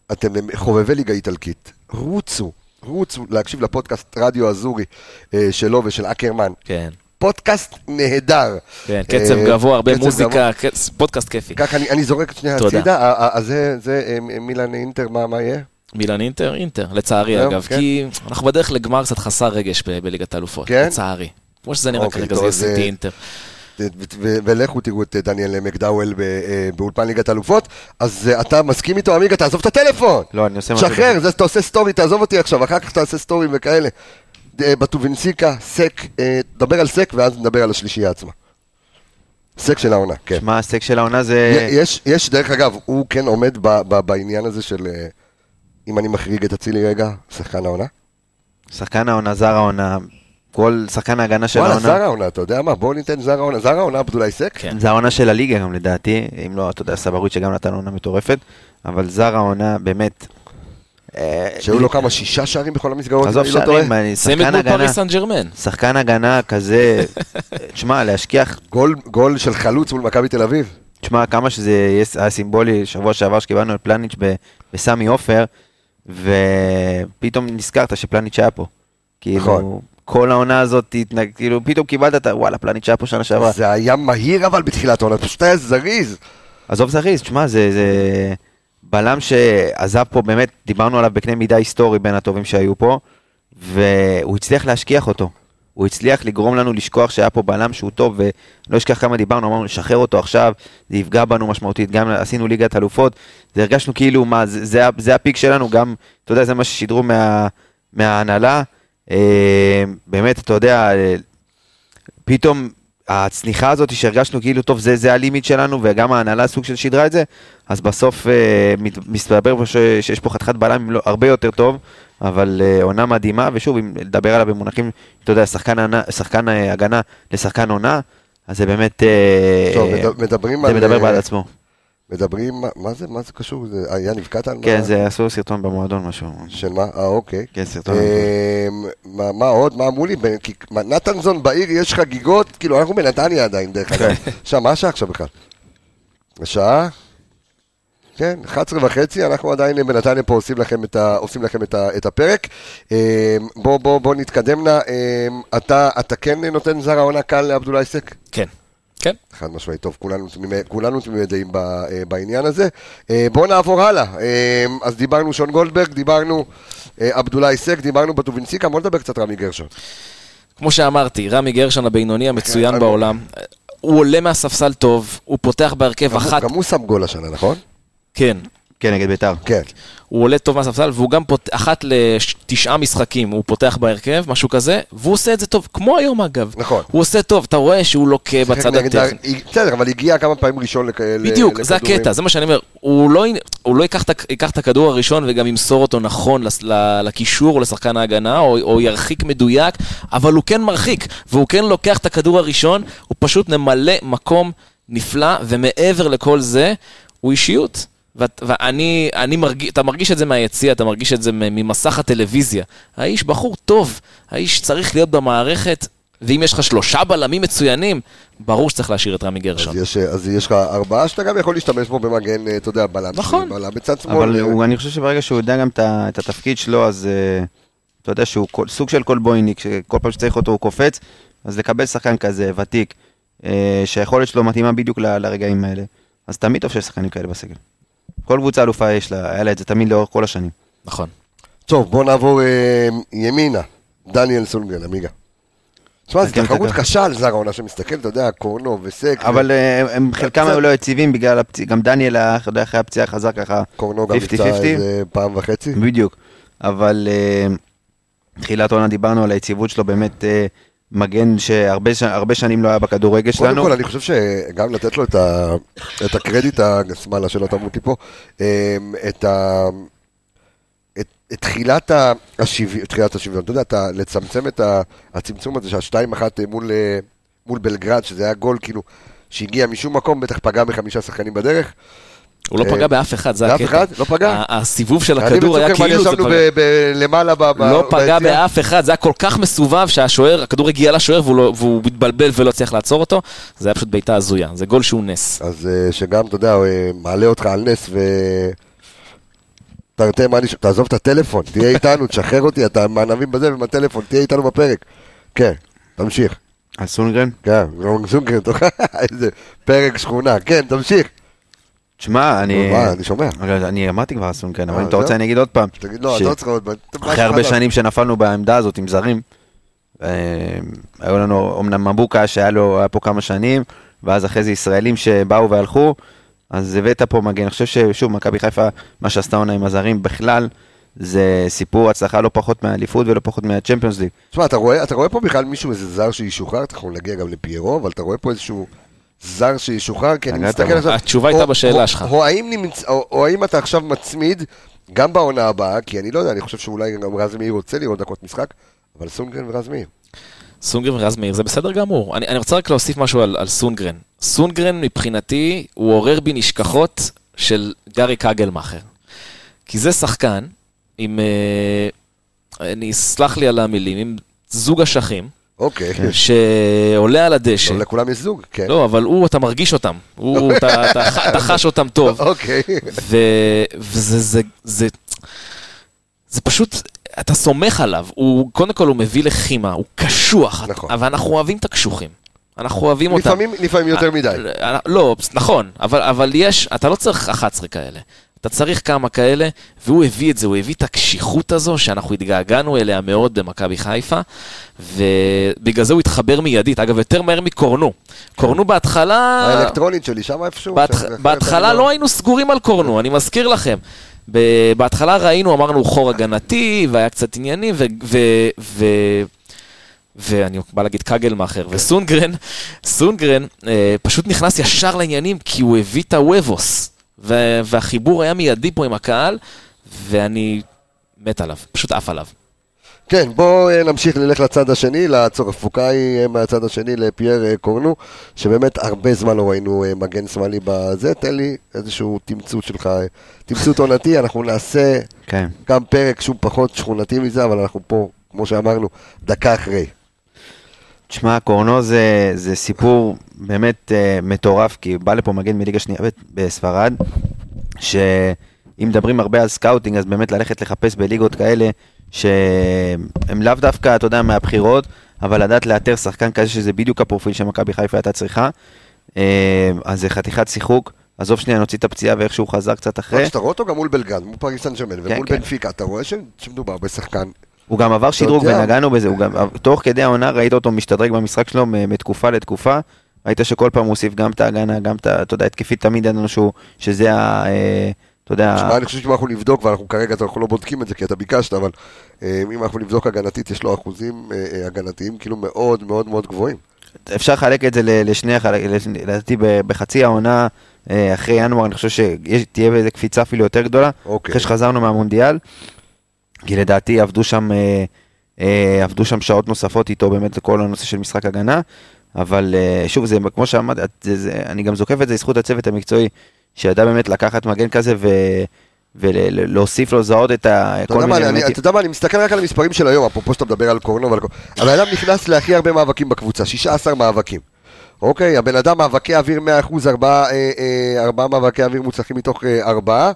אתם חובבי ליגה איטלקית, רוצו, רוצו להקשיב לפודקאסט רדיו אזורי שלו ושל אקרמן. כן. פודקאסט נהדר. כן, קצב גבוה, הרבה מוזיקה, פודקאסט כיפי. ככה, אני זורק את שני הצידה, אז זה מילאן אינטר, מה יהיה? מילאן אינטר, אינטר, לצערי אגב, כי אנחנו בדרך לגמר קצת חסר רגש בליגת האלופות, לצערי. כמו שזה נראה כרגע, זה יהיה סיטי אינטר. ולכו תראו את דניאל מקדאוול באולפן ליגת האלופות, אז אתה מסכים איתו, עמיגה, תעזוב את הטלפון. לא, אני עושה משהו. שחרר, זה שאתה עושה סטורי, תעזוב אותי עכשיו, אחר כך תעשה סטורים וכאלה. בטובינסיקה, סק, דבר על סק, ואז נדבר על השלישייה עצמה. סק של העונה, כן. שמה, סק של העונה זה... יש, יש, דרך אגב, הוא כן עומד בעניין הזה של, אם אני מחריג את הצילי רגע, שחקן העונה? שחקן העונה, זר העונה, כל שחקן ההגנה של העונה. וואלה, זר העונה, אתה יודע מה, בואו ניתן זר העונה, זר העונה, עבדולאי סק? זר העונה של הליגה גם לדעתי, אם לא, אתה יודע, סברוית שגם נתן עונה מטורפת, אבל זר העונה באמת... שהיו לו כמה שישה שערים בכל המסגרות, עזוב שערים, שחקן הגנה, שחקן הגנה כזה, תשמע, להשכיח גול של חלוץ מול מכבי תל אביב. תשמע, כמה שזה היה סימבולי, שבוע שעבר שקיבלנו על פלניץ' בסמי אופר, ופתאום נזכרת שפלניץ' היה פה. כאילו, כל העונה הזאת, כאילו, פתאום קיבלת את, וואלה, פלניץ' היה פה שנה שעברה. זה היה מהיר אבל בתחילת העונה, פשוט היה זריז. עזוב זריז, תשמע, זה... בלם שעזב פה, באמת, דיברנו עליו בקנה מידה היסטורי בין הטובים שהיו פה, והוא הצליח להשכיח אותו. הוא הצליח לגרום לנו לשכוח שהיה פה בלם שהוא טוב, ולא אשכח כמה דיברנו, אמרנו, לשחרר אותו עכשיו, זה יפגע בנו משמעותית, גם עשינו ליגת אלופות, זה הרגשנו כאילו, מה, זה, זה, זה הפיק שלנו, גם, אתה יודע, זה מה ששידרו מה, מההנהלה, אה, באמת, אתה יודע, פתאום, הצניחה הזאת שהרגשנו כאילו טוב, זה, זה הלימיט שלנו, וגם ההנהלה סוג של שדרה את זה, אז בסוף אה, מסתבר ש, שיש פה חתיכת בלם לא, הרבה יותר טוב, אבל אה, עונה מדהימה, ושוב, אם לדבר עליו במונחים, אתה יודע, שחקן, ענה, שחקן אה, הגנה לשחקן עונה, אז זה באמת, אה, טוב, אה, מדברים זה על, מדבר בעד עצמו. מדברים, מה זה, מה זה קשור? זה היה נבקעת על כן, מה? זה עשו סרטון במועדון משהו. של מה? אה, אוקיי. כן, סרטון. אה, מה, מה עוד? מה אמרו לי? כי נתנזון בעיר יש חגיגות, כאילו אנחנו בנתניה עדיין, דרך אגב. עכשיו, מה השעה עכשיו בכלל? השעה? כן, אחת עשרה וחצי, אנחנו עדיין בנתניה פה עושים לכם את, ה, עושים לכם את, ה, את הפרק. אה, בוא, בוא, בוא נתקדם לה. אה, אתה, אתה כן נותן זר העונה קל לעבדולאי סק? כן. כן. חד משמעית, טוב, כולנו, כולנו תמימי דעים בעניין הזה. בואו נעבור הלאה. אז דיברנו שון גולדברג, דיברנו עבדולאי סק, דיברנו בטובינסיקה, בוא נדבר קצת רמי גרשון. כמו שאמרתי, רמי גרשון הבינוני המצוין בעולם, הוא עולה מהספסל טוב, הוא פותח בהרכב אחת... גם הוא שם גול השנה, נכון? כן. כן, נגד ביתר. כן. הוא עולה טוב מהספסל, והוא גם פות... אחת לתשעה משחקים, הוא פותח בהרכב, משהו כזה, והוא עושה את זה טוב, כמו היום אגב. נכון. הוא עושה טוב, אתה רואה שהוא לוקה בצד הטכני. בסדר, אבל הגיע כמה פעמים ראשון לכדורים. בדיוק, זה הקטע, זה מה שאני אומר, הוא לא, הוא לא ייקח, ייקח את הכדור הראשון וגם ימסור אותו נכון לקישור או לשחקן ההגנה, או, או ירחיק מדויק, אבל הוא כן מרחיק, והוא כן לוקח את הכדור הראשון, הוא פשוט ממלא מקום נפלא, ומעבר לכל זה, הוא אישיות. ואני, אני מרגיש, אתה מרגיש את זה מהיציע, אתה מרגיש את זה ממסך הטלוויזיה. האיש בחור טוב, האיש צריך להיות במערכת, ואם יש לך שלושה בלמים מצוינים, ברור שצריך להשאיר את רמי גרשון. אז יש, אז יש לך ארבעה שאתה גם יכול להשתמש בו במגן, אתה יודע, בלם. נכון. בלם בצד שמאל. אבל הוא, אני חושב שברגע שהוא יודע גם את התפקיד שלו, אז אתה יודע שהוא סוג של כל בויניק, שכל פעם שצריך אותו הוא קופץ, אז לקבל שחקן כזה, ותיק, שיכולת שלו מתאימה בדיוק לרגעים האלה. אז תמיד טוב שיש שחקנים כאלה בסגל. כל קבוצה אלופה יש לה, היה לה את זה תמיד לאורך כל השנים. נכון. טוב, בוא נעבור אה, ימינה, דניאל סונגרן, עמיגה. תשמע, זו תחרות קשה על זר העונה שמסתכל, אתה יודע, קורנו וסק. אבל ו... הם חלקם היו לא יציבים בגלל הפציעה, גם דניאל, אתה יודע, אחרי הפציעה חזר ככה קורנו גם נפצע איזה פעם וחצי. בדיוק, אבל uh, תחילת העונה דיברנו על היציבות שלו, באמת uh, מגן שהרבה שנים לא היה בכדורגל שלנו. קודם כל, אני חושב שגם לתת לו את, ה, את הקרדיט, השמאלה שלו תמות לי פה, את, ה, את, את תחילת השוויון, תחילת השוויון, אתה יודע, אתה, לצמצם את הצמצום הזה, שהשתיים אחת מול, מול בלגרד, שזה היה גול כאילו, שהגיע משום מקום, בטח פגע מחמישה שחקנים בדרך, הוא לא פגע באף אחד, זה הקטע. באף אחד? לא פגע? הסיבוב של הכדור היה כאילו... אני וצוקרמן ישבנו למעלה... לא פגע באף אחד, זה היה כל כך מסובב שהשוער, הכדור הגיע לשוער והוא מתבלבל ולא צריך לעצור אותו, זה היה פשוט בעיטה הזויה, זה גול שהוא נס. אז שגם, אתה יודע, מעלה אותך על נס ו... תרתי, מה אני... תעזוב את הטלפון, תהיה איתנו, תשחרר אותי, אתה מענבים בזה ועם הטלפון, תהיה איתנו בפרק. כן, תמשיך. על סונגרן? כן, סונגרן, איזה פרק שכונה, כן, תמשיך. תשמע, אני... מה, אני שומע. אני אמרתי כבר על סונגרן, אבל אם אתה רוצה אני אגיד עוד פעם. תגיד, לא, אתה לא צריך עוד... אחרי הרבה שנים שנפלנו בעמדה הזאת עם זרים, היו לנו אמנם מבוקה שהיה לו, היה פה כמה שנים, ואז אחרי זה ישראלים שבאו והלכו, אז הבאת פה מגן. אני חושב ששוב, מכבי חיפה, מה שעשתה עונה עם הזרים בכלל, זה סיפור הצלחה לא פחות מהאליפות ולא פחות מהצ'מפיונס ליג. תשמע, אתה רואה, אתה רואה פה בכלל מישהו, איזה זר שישוחרר, אתה יכול להגיע גם לפיירו, אבל אתה רואה פה איזשהו זר שישוחרר, כי אני מסתכל עכשיו... התשובה הייתה בשאלה שלך. או האם אתה עכשיו מצמיד, גם בעונה הבאה, כי אני לא יודע, אני חושב שאולי גם רז מאיר רוצה לראות דקות משחק, אבל סונגרן ורז מאיר. סונגרן ורז מאיר, זה בסדר גמור. אני, אני רוצה רק להוסיף משהו על, על סונגרן. סונגרן מבחינתי, הוא עורר בי נשכחות של גארי קאגלמאכר. כי זה שחקן, עם, אה, אני אסלח לי על המילים, עם זוג אשכים, אוקיי. שעולה על הדשא. לא לכולם יש זוג, כן. לא, אבל הוא, אתה מרגיש אותם. הוא, אתה, אתה, אתה חש אותם טוב. אוקיי. ו, וזה, זה, זה, זה פשוט... אתה סומך עליו, הוא, קודם כל הוא מביא לחימה, הוא קשוח, נכון. אבל אנחנו אוהבים את הקשוחים, אנחנו אוהבים אותם. לפעמים, לפעמים יותר מדי. לא, נכון, אבל, אבל יש, אתה לא צריך אחת עשרה כאלה, אתה צריך כמה כאלה, והוא הביא את זה, הוא הביא את הקשיחות הזו, שאנחנו התגעגענו אליה מאוד במכבי חיפה, ובגלל זה הוא התחבר מיידית, אגב, יותר מהר מקורנו. קורנו בהתחלה... האלקטרונית שלי, שם איפשהו. בהתחלה לא היינו סגורים על קורנו, אני מזכיר לכם. בהתחלה ראינו, אמרנו חור הגנתי, והיה קצת ענייני, ואני בא להגיד קאגלמאכר, וסונגרן, סונגרן פשוט נכנס ישר לעניינים, כי הוא הביא את הוובוס, והחיבור היה מיידי פה עם הקהל, ואני מת עליו, פשוט עף עליו. כן, בואו נמשיך ללך לצד השני, לצור הפוקאי מהצד השני, לפייר קורנו, שבאמת הרבה זמן לא ראינו מגן שמאלי בזה. תן לי איזשהו תמצות שלך, תמצות עונתי, אנחנו נעשה כן. גם פרק שהוא פחות שכונתי מזה, אבל אנחנו פה, כמו שאמרנו, דקה אחרי. תשמע, קורנו זה, זה סיפור באמת uh, מטורף, כי בא לפה מגן מליגה שנייה בספרד, שאם מדברים הרבה על סקאוטינג, אז באמת ללכת לחפש בליגות כאלה, שהם לאו דווקא, אתה יודע, מהבחירות, אבל לדעת לאתר שחקן כזה שזה בדיוק הפרופיל שמכבי חיפה הייתה צריכה. אז זה חתיכת שיחוק, עזוב שנייה, נוציא את הפציעה ואיך שהוא חזר קצת אחרי. אתה רואה אותו גם מול בלגן, מול פריס סן ז'רמן ומול בנפיקה, אתה רואה שמדובר בשחקן. הוא גם עבר שדרוג ונגענו בזה, תוך כדי העונה ראית אותו משתדרג במשחק שלו מתקופה לתקופה, ראית שכל פעם הוא הוסיף גם את ההגנה, גם את, אתה יודע, התקפית תמיד ידענו שהוא, שזה ה... אתה יודע... שמה, אני חושב שאם אנחנו נבדוק, ואנחנו כרגע אנחנו לא בודקים את זה, כי אתה ביקשת, אבל אם אנחנו נבדוק הגנתית, יש לו אחוזים הגנתיים כאילו מאוד מאוד מאוד גבוהים. אפשר לחלק את זה לשני, לדעתי בחצי העונה, אחרי ינואר, אני חושב שתהיה איזו קפיצה אפילו יותר גדולה, אחרי שחזרנו מהמונדיאל, כי לדעתי עבדו שם, עבדו שם שעות נוספות איתו, באמת לכל הנושא של משחק הגנה, אבל שוב, זה כמו שאמרת, אני גם זוקף את זה לזכות הצוות המקצועי, שידע באמת לקחת מגן כזה ולהוסיף לו זהות את כל מיני... אתה יודע מה, אני מסתכל רק על המספרים של היום, אפרופו שאתה מדבר על קורנו, אבל האדם נכנס להכי הרבה מאבקים בקבוצה, שישה עשר מאבקים. אוקיי, הבן אדם מאבקי אוויר מאה אחוז, ארבעה מאבקי אוויר מוצלחים מתוך ארבעה,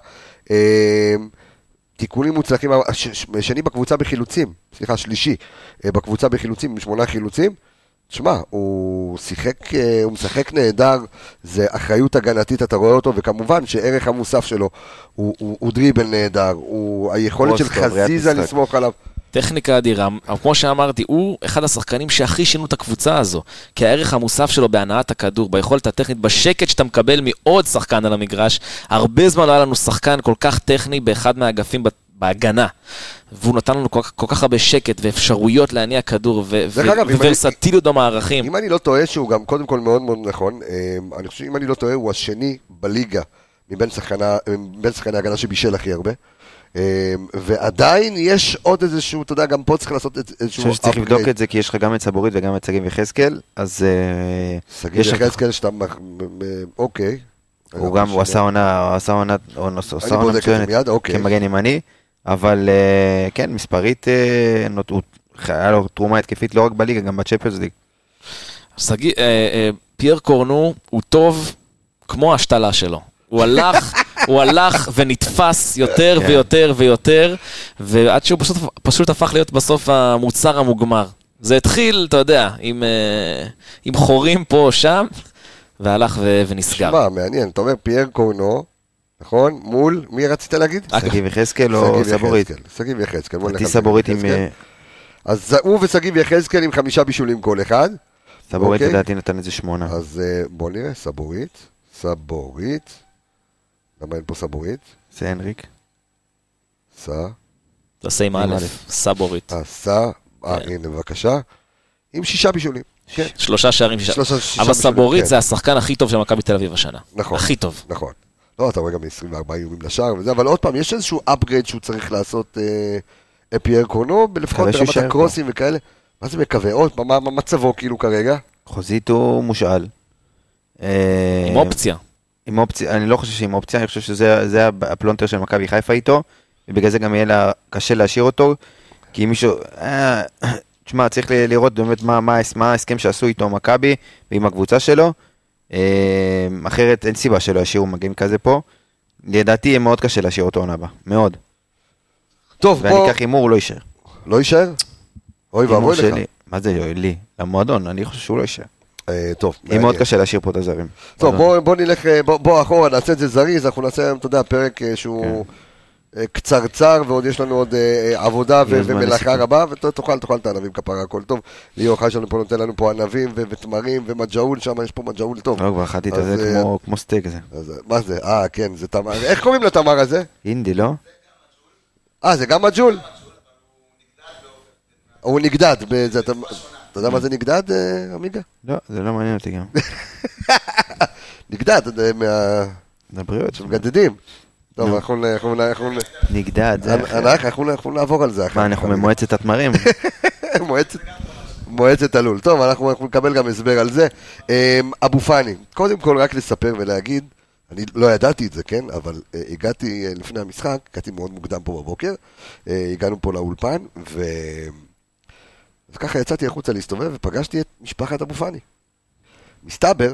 תיקולים מוצלחים, שני בקבוצה בחילוצים, סליחה, שלישי, בקבוצה בחילוצים, עם שמונה חילוצים, תשמע, הוא שיחק, הוא משחק נהדר, זה אחריות הגנתית, אתה רואה אותו, וכמובן שערך המוסף שלו הוא, הוא, הוא דריבל נהדר, הוא היכולת של חזיזה לסמוך עליו. טכניקה אדירה, כמו שאמרתי, הוא אחד השחקנים שהכי שינו את הקבוצה הזו, כי הערך המוסף שלו בהנעת הכדור, ביכולת הטכנית, בשקט שאתה מקבל מעוד שחקן על המגרש, הרבה זמן לא היה לנו שחקן כל כך טכני באחד מהאגפים בהגנה, והוא נתן לנו כל, כל כך הרבה שקט ואפשרויות להניע כדור וורסטיליות במערכים. אם אני לא טועה שהוא גם קודם כל מאוד מאוד נכון, אני חושב שאם אני לא טועה הוא השני בליגה מבין שחקני ההגנה שבישל הכי הרבה, ועדיין יש עוד איזשהו, אתה יודע, גם פה צריך לעשות איזשהו... אני חושב שצריך לבדוק את זה, כי יש לך גם את סבורית וגם את סגיב וחזקאל, אז... סגיב וחזקאל שאתה... אוקיי. הוא גם, הוא עשה עונה, הוא עשה עונה, הוא עשה עונה מצוינת כמגן ימני, אבל כן, מספרית, היה לו תרומה התקפית לא רק בליגה, גם בצ'מפיונס ליג. פייר קורנו הוא טוב כמו השתלה שלו. הוא הלך, הוא הלך ונתפס יותר ויותר ויותר, ועד שהוא פשוט, פשוט הפך להיות בסוף המוצר המוגמר. זה התחיל, אתה יודע, עם, עם חורים פה או שם, והלך ו- ונסגר. שמע, מעניין, אתה אומר פייר קורנו, נכון? מול, מי רצית להגיד? סגיב יחזקאל או סבורית? סגיב יחזקאל. אותי סבורית עם... אז הוא וסגיב יחזקאל עם חמישה בישולים כל אחד. סבורית לדעתי נתן איזה שמונה. אז בוא נראה, סבורית, סבורית. למה אין פה סבורית? זה הנריק. סע. תעשה עם א', סבורית. סע, הנה בבקשה. עם שישה בישולים. שלושה שערים, שישה. אבל סבורית זה השחקן הכי טוב של מכבי תל אביב השנה. נכון. הכי טוב. נכון. לא, אתה רואה גם עשרים וארבעה איומים לשער וזה, אבל עוד פעם, יש איזשהו אפגרייד שהוא צריך לעשות פייר קורנו, לפחות ברמת הקרוסים וכאלה. מה זה מקווה? עוד פעם, מה מצבו כאילו כרגע? חוזית הוא מושאל. עם אופציה. עם אופציה, אני לא חושב שעם אופציה, אני חושב שזה הפלונטר של מכבי חיפה איתו, ובגלל זה גם יהיה לה קשה להשאיר אותו, כי מישהו, תשמע, צריך לראות באמת מה ההסכם שעשו איתו מכבי ועם הקבוצה שלו, אחרת אין סיבה שלא ישאירו מגעים כזה פה, לדעתי יהיה מאוד קשה להשאיר אותו עונה הבא, מאוד. טוב, בוא... ואני אקח הימור, הוא לא יישאר. לא יישאר? אוי ואבוי לך. מה זה לי? למועדון, אני חושב שהוא לא יישאר. טוב. יהיה מאוד קשה להשאיר פה את הזרים. טוב, בוא נלך, בוא אחורה, נעשה את זה זריז, אנחנו נעשה היום, אתה יודע, פרק שהוא קצרצר, ועוד יש לנו עוד עבודה ומלאכה רבה, ותוכל, תוכל את הענבים כפרה, הכל טוב. ליאור חי שלנו פה נותן לנו פה ענבים ותמרים ומג'אול, שם יש פה מג'אול טוב. לא, כבר אכלתי את זה כמו סטייק זה. מה זה? אה, כן, זה תמר. איך קוראים לתמר הזה? אינדי, לא? אה, זה גם מג'אול? הוא נגדד, אתה יודע מה זה נגדד, אמיגה? לא, זה לא מעניין אותי גם. נגדד, מה... לבריאות. שמגדדים. טוב, אנחנו... נגדד. אנחנו נעבור על זה. מה, אנחנו ממועצת התמרים? מועצת הלול. טוב, אנחנו נקבל גם הסבר על זה. אבו פאני, קודם כל רק לספר ולהגיד, אני לא ידעתי את זה, כן? אבל הגעתי לפני המשחק, הגעתי מאוד מוקדם פה בבוקר, הגענו פה לאולפן, ו... אז ככה יצאתי החוצה להסתובב ופגשתי את משפחת אבו פאני. מסתבר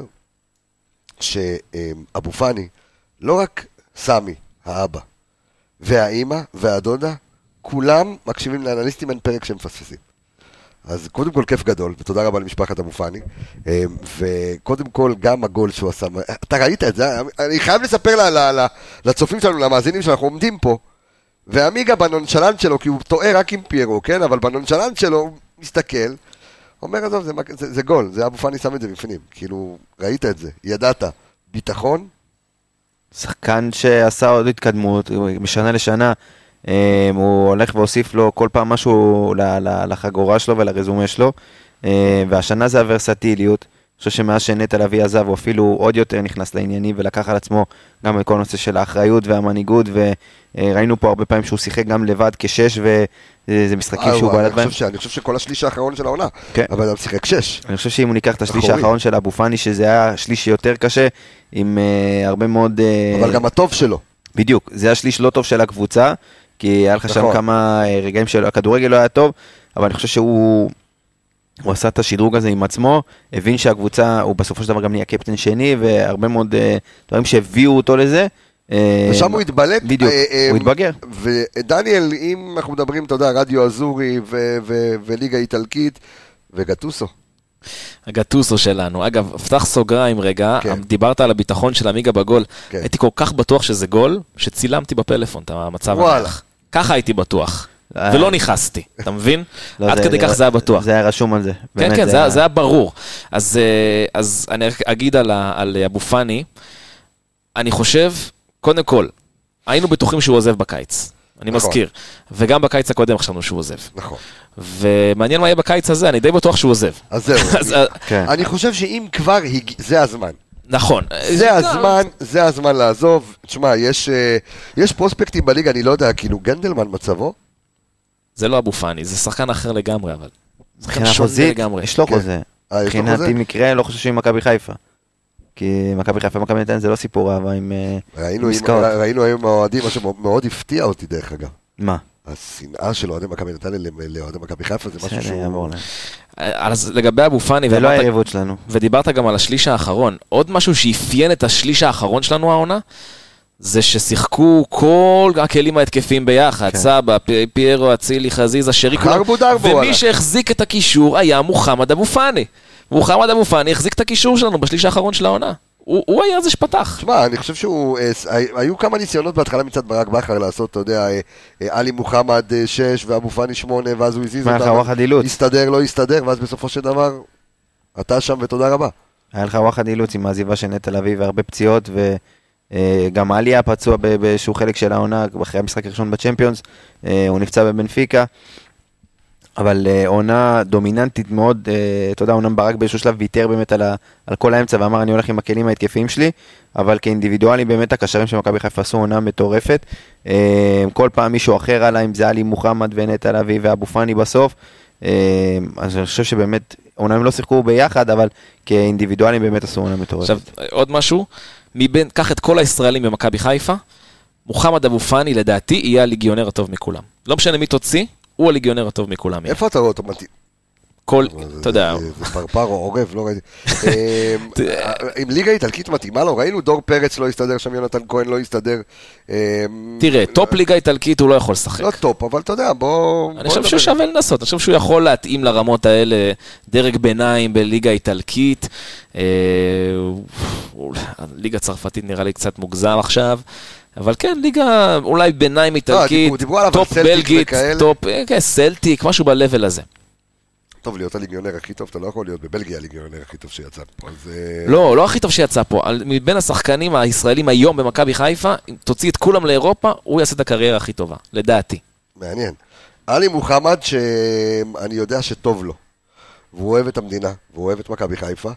שאבו פאני, לא רק סמי, האבא, והאימא והדודה, כולם מקשיבים לאנליסטים, אין פרק שהם מפספסים. אז קודם כל כיף גדול, ותודה רבה למשפחת אבו פאני, וקודם כל גם הגול שהוא עשה, אתה ראית את זה? אני חייב לספר לצופים שלנו, למאזינים שאנחנו עומדים פה, והמיגה בנונשלנט שלו, כי הוא טועה רק עם פיירו, כן? אבל בנונשלנט שלו הוא מסתכל, אומר, עזוב, זה, זה, זה גול, זה אבו פאני שם את זה בפנים, כאילו, ראית את זה, ידעת, ביטחון? שחקן שעשה עוד התקדמות, משנה לשנה, הוא הולך והוסיף לו כל פעם משהו לחגורה שלו ולרזומה שלו, והשנה זה הוורסטיליות, אני חושב שמאז שנטע לביא עזב, הוא אפילו עוד יותר נכנס לעניינים ולקח על עצמו גם את כל נושא של האחריות והמנהיגות, וראינו פה הרבה פעמים שהוא שיחק גם לבד כשש, וזה משחקים שהוא בעלת בהם. אני חושב שכל השליש האחרון של העונה, אבל הוא שיחק שש. אני חושב שאם הוא ניקח את השליש האחרון של אבו פאני, שזה היה שליש יותר קשה, עם הרבה מאוד... אבל גם הטוב שלו. בדיוק, זה השליש לא טוב של הקבוצה, כי היה לך שם כמה רגעים של הכדורגל לא היה טוב, אבל אני חושב שהוא... הוא עשה את השדרוג הזה עם עצמו, הבין שהקבוצה, הוא בסופו של דבר גם נהיה קפטן שני, והרבה מאוד דברים שהביאו אותו לזה. ושם הוא התבלט. בדיוק, הוא התבגר. ודניאל, אם אנחנו מדברים, אתה יודע, רדיו אזורי וליגה איטלקית, וגטוסו. הגטוסו שלנו. אגב, פתח סוגריים רגע, דיברת על הביטחון של אמיגה בגול. הייתי כל כך בטוח שזה גול, שצילמתי בפלאפון את המצב המלך. ככה הייתי בטוח. ולא נכנסתי, אתה מבין? עד כדי כך זה היה בטוח. זה היה רשום על זה. כן, כן, זה היה ברור. אז אני אגיד על אבו פאני, אני חושב, קודם כל, היינו בטוחים שהוא עוזב בקיץ. אני מזכיר. וגם בקיץ הקודם חשבנו שהוא עוזב. נכון. ומעניין מה יהיה בקיץ הזה, אני די בטוח שהוא עוזב. אז זהו. אני חושב שאם כבר, זה הזמן. נכון. זה הזמן, זה הזמן לעזוב. תשמע, יש פרוספקטים בליגה, אני לא יודע, כאילו גנדלמן מצבו? זה לא אבו פאני, זה שחקן אחר לגמרי, אבל. מבחינה חוזית, יש לו חוזה. מבחינת אם יקרה, לא חושב שעם מכבי חיפה. כי מכבי חיפה ומכבי נתניה זה לא סיפור אהבה עם עסקאות. ראינו היום האוהדים, מה שמאוד הפתיע אותי דרך אגב. מה? השנאה של אוהדי מכבי נתניה לאוהדי מכבי חיפה זה משהו שהוא... אז לגבי אבו פאני, ולא היריבות שלנו. ודיברת גם על השליש האחרון, עוד משהו שאפיין את השליש האחרון שלנו העונה, זה ששיחקו כל הכלים ההתקפים ביחד, סבא, פיירו, אצילי, חזיזה, שרי, ומי שהחזיק את הקישור היה מוחמד אבו פאני. מוחמד אבו פאני החזיק את הקישור שלנו בשליש האחרון של העונה. הוא היה זה שפתח. תשמע, אני חושב שהוא, היו כמה ניסיונות בהתחלה מצד ברק בכר לעשות, אתה יודע, עלי מוחמד שש ואבו פאני שמונה, ואז הוא הזיז אותם, הסתדר, לא הסתדר, ואז בסופו של דבר, אתה שם ותודה רבה. היה לך וואחד אילוץ עם העזיבה של נטע לביא והרבה פציעות, וגם עלי היה פצוע באיזשהו חלק של העונה, אחרי המשחק הראשון בצ'מפיונס, הוא נפצע בבנפיקה, אבל עונה דומיננטית מאוד, אתה יודע, עונה ברק באיזשהו שלב ויתר באמת על, ה, על כל האמצע, ואמר אני הולך עם הכלים ההתקפיים שלי, אבל כאינדיבידואלי באמת הקשרים של מכבי חיפה עשו עונה מטורפת, כל פעם מישהו אחר עלה, אם זה עלי מוחמד ונטע לביא ואבו פאני בסוף, אז אני חושב שבאמת, עונה הם לא שיחקו ביחד, אבל כאינדיבידואלים באמת עשו עונה מטורפת. עכשיו, עוד משהו, מבין, קח את כל הישראלים במכבי חיפה, מוחמד אבו פאני לדעתי יהיה הליגיונר הטוב מכולם. לא משנה מי תוציא, הוא הליגיונר הטוב מכולם. איפה אתה רואה אותו מתאים? כל, אתה יודע. זה פרפר או עורב, לא ראיתי. עם ליגה איטלקית מתאימה לו, ראינו דור פרץ לא יסתדר, שם יונתן כהן לא יסתדר. תראה, טופ ליגה איטלקית הוא לא יכול לשחק. לא טופ, אבל אתה יודע, בוא... אני חושב שהוא שווה לנסות, אני חושב שהוא יכול להתאים לרמות האלה, דרג ביניים בליגה איטלקית. ליגה צרפתית נראה לי קצת מוגזם עכשיו. אבל כן, ליגה אולי ביניים איטלקית, טופ בלגית, טופ, סלטיק, משהו בלבל הזה. טוב, להיות הליגיונר הכי טוב, אתה לא יכול להיות בבלגיה הליגיונר הכי טוב שיצא פה. לא, לא הכי טוב שיצא פה. מבין השחקנים הישראלים היום במכבי חיפה, אם תוציא את כולם לאירופה, הוא יעשה את הקריירה הכי טובה, לדעתי. מעניין. עלי מוחמד, שאני יודע שטוב לו, והוא אוהב את המדינה, והוא אוהב את מכבי חיפה,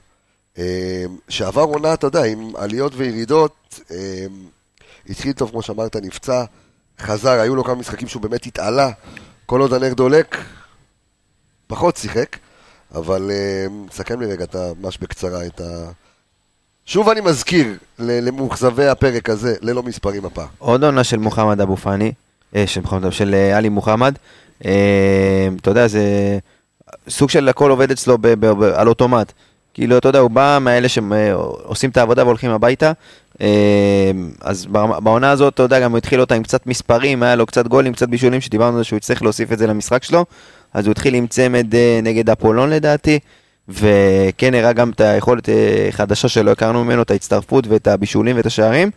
שעבר עונה, אתה יודע, עם עליות וירידות, התחיל טוב, כמו שאמרת, נפצע, חזר, היו לו כמה משחקים שהוא באמת התעלה, כל עוד הנר דולק, פחות שיחק, אבל סכם לי רגע, אתה ממש בקצרה את ה... שוב אני מזכיר למוחזבי הפרק הזה, ללא מספרים הפעם. עוד עונה של מוחמד אבו פאני, של, של עלי מוחמד, אתה יודע, זה סוג של הכל עובד אצלו ב- ב- ב- על אוטומט. כאילו, אתה יודע, הוא בא מהאלה שעושים את העבודה והולכים הביתה, אז בעונה הזאת, אתה יודע, גם הוא התחיל אותה עם קצת מספרים, היה לו קצת גולים, קצת בישולים, שדיברנו על זה שהוא יצטרך להוסיף את זה למשחק שלו, אז הוא התחיל עם צמד נגד אפולון לדעתי, וכן הראה גם את היכולת חדשה שלא הכרנו ממנו, את ההצטרפות ואת הבישולים ואת השערים,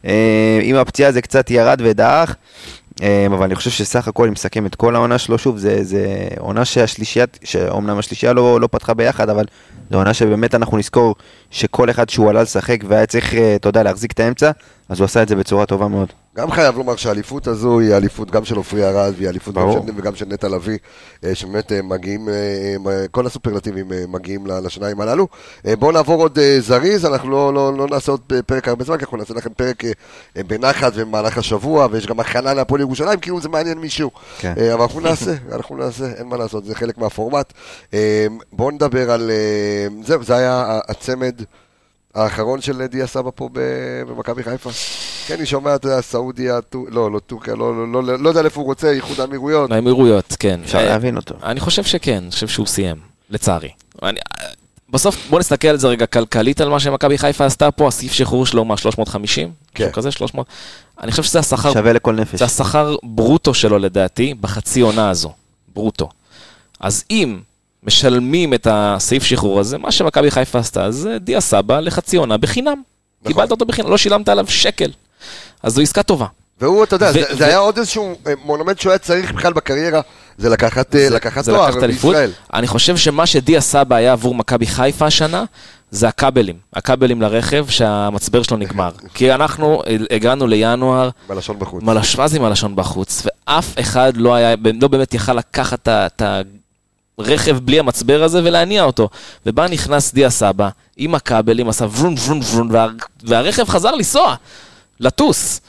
עם הפציעה זה קצת ירד ודאח, אבל אני חושב שסך הכל אם מסכם את כל העונה שלו, שוב, זה, זה עונה שהשלישיית, שאומנם השלישייה לא, לא פתחה ביחד, אבל זו עונה שבאמת אנחנו נזכור שכל אחד שהוא עלה לשחק והיה צריך, אתה יודע, להחזיק את האמצע, אז הוא עשה את זה בצורה טובה מאוד. גם חייב לומר שהאליפות הזו היא האליפות גם של עופרי ארד, והיא האליפות גם של וגם של נטע לביא, שבאמת מגיעים, כל הסופרלטיבים מגיעים לשניים הללו. בואו נעבור עוד זריז, אנחנו לא, לא, לא נעשה עוד פרק הרבה זמן, כי אנחנו נעשה לכם פרק בנחת במהלך השבוע, ויש גם הכנה להפועל ירושלים, כאילו זה מעניין מישהו. כן. אבל אנחנו נעשה, אנחנו נעשה, אין מה לעשות, זה חלק מהפורמט. בואו נדבר על, זהו, זה היה הצמד האחרון של דיה סבא פה במכבי חיפה. כן, אני שומע את הסעודיה, לא, לא טורקיה, לא, לא, לא, לא יודע איפה הוא רוצה, איחוד האמירויות. האמירויות, כן. אפשר להבין אותו. אני חושב שכן, אני חושב שהוא סיים, לצערי. אני, בסוף בוא נסתכל על זה רגע כלכלית על מה שמכבי חיפה עשתה פה, הסעיף שחרור שלו מה שלוש מאות וחמישים, כן. כזה שלוש מאות. אני חושב שזה השכר, שווה לכל נפש. זה השכר ברוטו שלו לדעתי, בחצי עונה הזו, ברוטו. אז אם משלמים את הסעיף שחרור הזה, מה שמכבי חיפה עשתה, זה דיה סבא לחצי עונה בחינם. נכון. קיבלת אותו בחינם, לא שילמת עליו שקל. אז זו עסקה טובה. והוא, אתה יודע, ו- זה, ו- זה היה עוד איזשהו מונומנט שהוא היה צריך בכלל בקריירה, זה לקחת, זה, לקחת זה תואר לקחת בישראל. אני חושב שמה שדיה סבא היה עבור מכבי חיפה השנה, זה הכבלים. הכבלים לרכב שהמצבר שלו נגמר. כי אנחנו הגענו לינואר, מלשון בחוץ. מלשווה זה מלשון בחוץ, ואף אחד לא היה, לא באמת יכל לקחת את ה... רכב בלי המצבר הזה ולהניע אותו. ובא נכנס דיה סבא, עם הכבלים, עשה ורון ורון ורון, וה... והרכב חזר לנסוע, לטוס.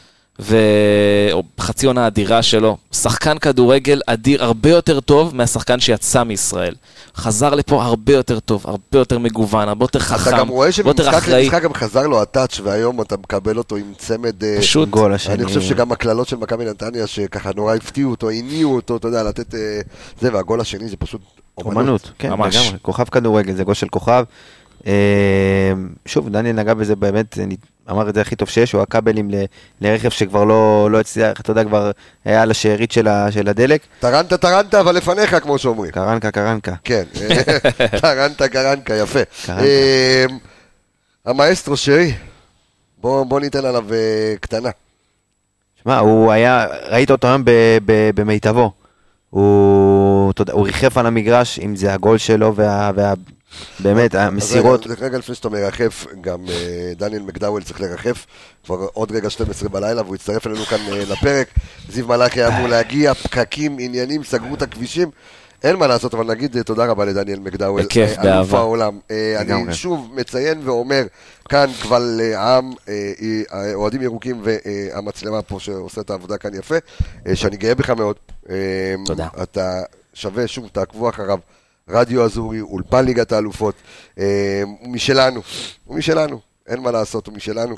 וחצי עונה אדירה שלו, שחקן כדורגל אדיר, הרבה יותר טוב מהשחקן שיצא מישראל. חזר לפה הרבה יותר טוב, הרבה יותר מגוון, הרבה יותר חכם, הרבה יותר אחראי. משחק גם חזר לו הטאץ' והיום אתה מקבל אותו עם צמד פשוט גול השני. אני חושב שגם הכללות של מכבי נתניה שככה נורא הפתיעו אותו, הניעו אותו, אתה יודע, לתת זה, והגול השני זה פשוט אומנות. אומנות, כן, ממש. כוכב כדורגל, זה גול של כוכב. שוב, דניאל נגע בזה באמת, אמר את זה הכי טוב שיש, הוא הכבלים לרכב שכבר לא הצליח, אתה יודע, כבר היה על השארית של הדלק. טרנת, טרנת, אבל לפניך, כמו שאומרים. קרנקה, קרנקה. כן, טרנת, קרנקה, יפה. המאסטרו שרי, בוא ניתן עליו קטנה. שמע, הוא היה, ראית אותו היום במיטבו. הוא ריחף על המגרש, אם זה הגול שלו וה... באמת, המסירות... רגע לפני שאתה מרחף, גם דניאל מקדאוול צריך לרחף, כבר עוד רגע שתים עשרה בלילה, והוא יצטרף אלינו כאן לפרק. זיו מלאכי אמור להגיע, פקקים, עניינים, סגרו את הכבישים, אין מה לעשות, אבל נגיד תודה רבה לדניאל מקדאוול, אלוף העולם. אני שוב מציין ואומר, כאן קבל העם, אוהדים ירוקים והמצלמה פה שעושה את העבודה כאן יפה, שאני גאה בך מאוד. תודה. אתה שווה, שוב, תעקבו אחריו. רדיו אזורי, אולפן ליגת האלופות, הוא משלנו, הוא משלנו, אין מה לעשות, הוא משלנו,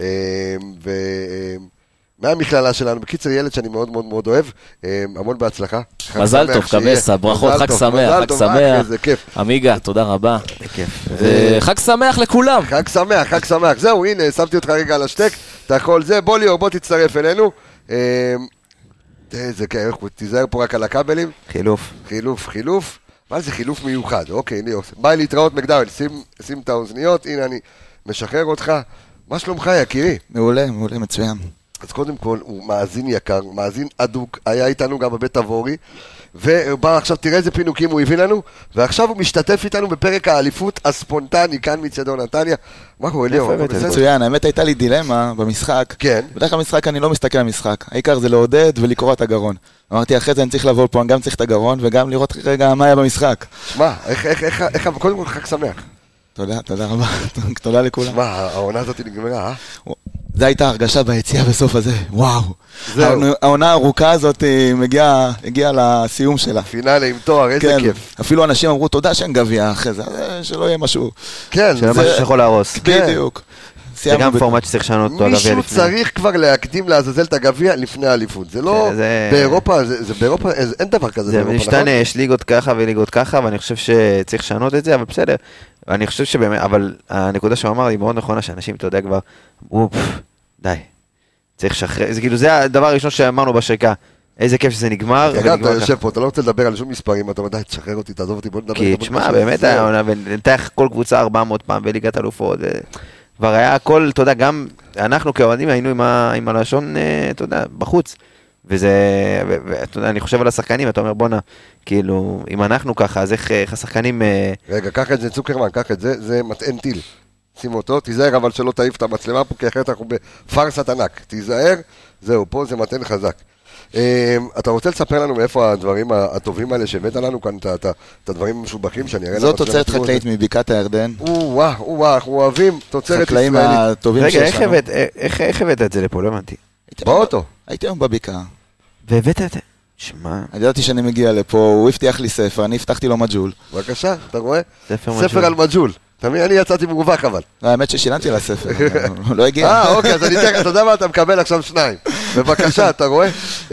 ומהמכללה שלנו, בקיצר ילד שאני מאוד מאוד מאוד אוהב, המון בהצלחה. מזל טוב, קבסה, ברכות, חג שמח, חג שמח, עמיגה, תודה רבה. חג שמח לכולם. חג שמח, חג שמח, זהו, הנה, שמתי אותך רגע על השטק, אתה יכול זה, בוא ליאור, בוא תצטרף אלינו. זה כערך, תיזהר פה רק על הכבלים. חילוף. חילוף, חילוף. מה זה חילוף מיוחד? אוקיי, ליאור. ביי להתראות מקדאוול, שים, שים את האוזניות, הנה אני משחרר אותך. מה שלומך יקירי? מעולה, מעולה, מצוין. אז קודם כל, הוא מאזין יקר, מאזין אדוק, היה איתנו גם בבית אבורי, ובא עכשיו, תראה איזה פינוקים הוא הביא לנו, ועכשיו הוא משתתף איתנו בפרק האליפות הספונטני, כאן מצדון נתניה. מה קורה ליאור? מצוין, האמת הייתה לי דילמה במשחק. כן. בדרך כלל במשחק אני לא מסתכל על משחק, העיקר זה לעודד ולקרוא את הגרון. אמרתי, אחרי זה אני צריך לבוא פה, אני גם צריך את הגרון, וגם לראות רגע מה היה במשחק. מה, איך, איך, איך, איך, קודם כל חג שמח. תודה, תודה רבה, תודה לכולם. מה, העונה הזאת נגמרה, אה? זו הייתה הרגשה ביציאה בסוף הזה, וואו. העונה הארוכה הזאת מגיעה, הגיעה לסיום שלה. פינאלי עם תואר, איזה כיף. אפילו אנשים אמרו, תודה שאין גביע אחרי זה, שלא יהיה משהו. כן. שלא משהו שיכול להרוס. בדיוק. זה גם פורמט שצריך לשנות אותו הגביע לפני. מישהו צריך כבר להקדים לעזאזל את הגביע לפני האליפות. זה לא, באירופה, זה באירופה, אין דבר כזה באירופה. זה משתנה, יש ליגות ככה וליגות ככה, ואני חושב שצריך לשנות את זה, אבל בסדר. אני חושב שבאמת, אבל הנקודה שהוא אמר היא מאוד נכונה, שאנשים, אתה יודע כבר, די, צריך לשחרר, זה כאילו, זה הדבר הראשון שאמרנו בשריקה, איזה כיף שזה נגמר. רגע, אתה יושב פה, אתה לא רוצה לדבר על שום מספרים, אתה אומר, די, תשחרר אותי, תעזוב אותי, בוא נדבר. כי תשמע, באמת, נתח כל קבוצה ארבע מאות פעם בליגת אלופות, כבר היה הכל, אתה יודע, גם אנחנו כאוהדים היינו עם הלשון, אתה יודע, בחוץ. וזה, ואתה יודע, אני חושב על השחקנים, אתה אומר, בונה, כאילו, אם אנחנו ככה, אז איך השחקנים... רגע, קח את זה, צוקרמן, קח את זה, זה מטען טיל. שים אותו, תיזהר אבל שלא תעיף את המצלמה פה, כי אחרת אנחנו בפרסת ענק. תיזהר, זהו, פה זה מטען חזק. אתה רוצה לספר לנו מאיפה הדברים הטובים האלה שהבאת לנו כאן, את הדברים המשובחים שאני אראה... זאת תוצרת חקלאית מבקעת הירדן. וואו, וואו, אנחנו אוהבים תוצרת ישראלית. חקלאים הטובים שיש לנו. רגע, איך הבאת את זה לפה? לא הבנתי. באוטו. הייתי היום בבקעה. והבאת את זה? שמע... אני ידעתי שאני מגיע לפה, הוא הבטיח לי ספר, אני הבטחתי לו מג'ול. בבקשה, אתה רואה? ספר על מג'ול. תמיד אני יצאתי מרווח אבל. האמת ששילנתי לספר, הוא לא הגיע. אה, אוקיי, אז אני אתן, אתה יודע מה, אתה מקבל עכשיו שניים. בבקשה, אתה רואה?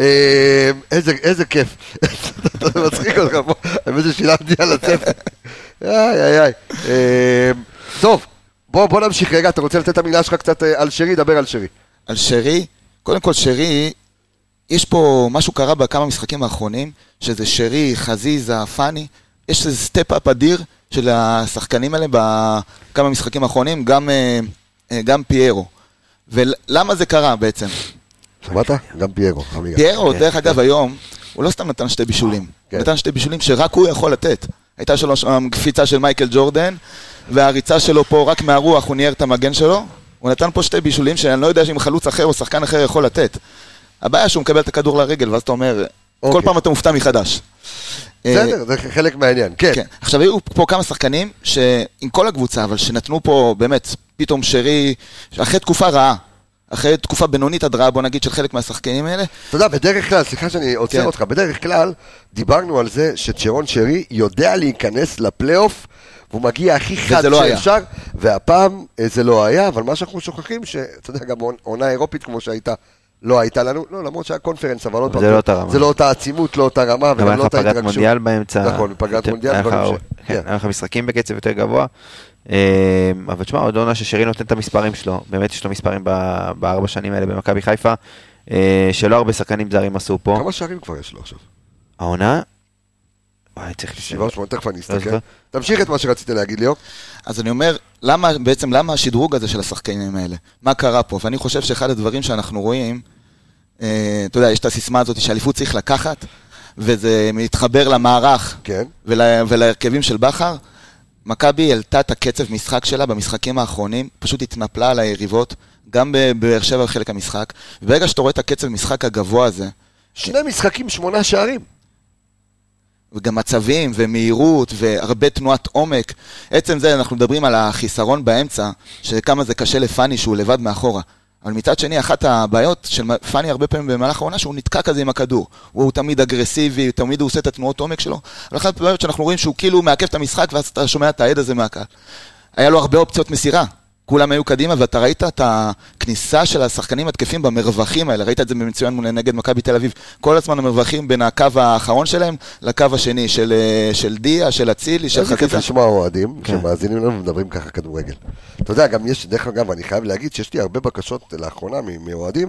איזה כיף. אתה מצחיק אותך פה, האמת ששילנתי על הספר. איי, איי, איי. טוב, בוא נמשיך רגע, אתה רוצה לתת את המילה שלך קצת על שרי, דבר על שרי. על שרי? קודם כל שרי, יש פה משהו קרה בכמה משחקים האחרונים, שזה שרי, חזיזה, פני, יש איזה סטפ-אפ אדיר של השחקנים האלה בכמה משחקים האחרונים, גם, גם פיירו. ולמה זה קרה בעצם? שמעת? גם פיירו. פיירו, דרך אגב, היום, הוא לא סתם נתן שתי בישולים. הוא נתן שתי בישולים שרק הוא יכול לתת. הייתה שלו קפיצה של מייקל ג'ורדן, והריצה שלו פה רק מהרוח, הוא ניער את המגן שלו. הוא נתן פה שתי בישולים שאני לא יודע שאם חלוץ אחר או שחקן אחר יכול לתת. הבעיה שהוא מקבל את הכדור לרגל, ואז אתה אומר, כל פעם אתה מופתע מחדש. בסדר, זה חלק מהעניין, כן. עכשיו, היו פה כמה שחקנים, עם כל הקבוצה, אבל שנתנו פה באמת, פתאום שרי, אחרי תקופה רעה, אחרי תקופה בינונית עד רעה, בוא נגיד, של חלק מהשחקנים האלה. אתה יודע, בדרך כלל, סליחה שאני עוצר אותך, בדרך כלל, דיברנו על זה שצ'רון שרי יודע להיכנס לפלייאוף, והוא מגיע הכי חד שאפשר, והפעם זה לא היה, אבל מה שאנחנו שוכחים, שאתה יודע, גם עונה אירופית כמו שהייתה, לא הייתה לנו, לא, למרות שהיה קונפרנס, אבל זה לא אותה רמה. זה לא אותה עצימות, לא אותה רמה, וגם לא אותה התרגשות. פגרת מונדיאל באמצע. נכון, פגרת מונדיאל. היה לך משחקים בקצב יותר גבוה, אבל תשמע, עוד עונה ששרי נותן את המספרים שלו, באמת יש לו מספרים בארבע שנים האלה במכבי חיפה, שלא הרבה שחקנים זרים עשו פה. כמה שערים כבר יש לו עכשיו? העונה? וואי, צריך לשאול. שבעה שמונה, תכף אני אסתכל. תמשיך את מה שרצית להגיד, ליאור. אז אני אומר, למה, בעצם למה השדרוג הזה של השחקנים האלה? מה קרה פה? ואני חושב שאחד הדברים שאנחנו רואים, אה, אתה יודע, יש את הסיסמה הזאת שהאליפות צריך לקחת, וזה מתחבר למערך, כן. ול, ולהרכבים של בחר. מכבי העלתה את הקצב משחק שלה במשחקים האחרונים, פשוט התנפלה על היריבות, גם בבאר שבע בחלק המשחק, וברגע שאתה רואה את הקצב משחק הגבוה הזה, שני משחקים, שמונה שערים. וגם מצבים ומהירות והרבה תנועת עומק. עצם זה אנחנו מדברים על החיסרון באמצע, שכמה זה קשה לפני שהוא לבד מאחורה. אבל מצד שני, אחת הבעיות של פני הרבה פעמים במהלך העונה, שהוא נתקע כזה עם הכדור. הוא תמיד אגרסיבי, תמיד הוא עושה את התנועות עומק שלו. אבל אחת הבעיות שאנחנו רואים שהוא כאילו מעכב את המשחק, ואז אתה שומע את העד הזה מהקהל. היה לו הרבה אופציות מסירה. כולם היו קדימה, ואתה ראית את הכניסה של השחקנים התקפים במרווחים האלה, ראית את זה במצוין מול נגד מכבי תל אביב, כל הזמן המרווחים בין הקו האחרון שלהם לקו השני, של, של דיה, של אצילי, של חזיזה. איזה כיף לשמוע אוהדים, שמאזינים לנו ומדברים ככה כדורגל. אתה יודע, גם יש, דרך אגב, אני חייב להגיד שיש לי הרבה בקשות לאחרונה מאוהדים,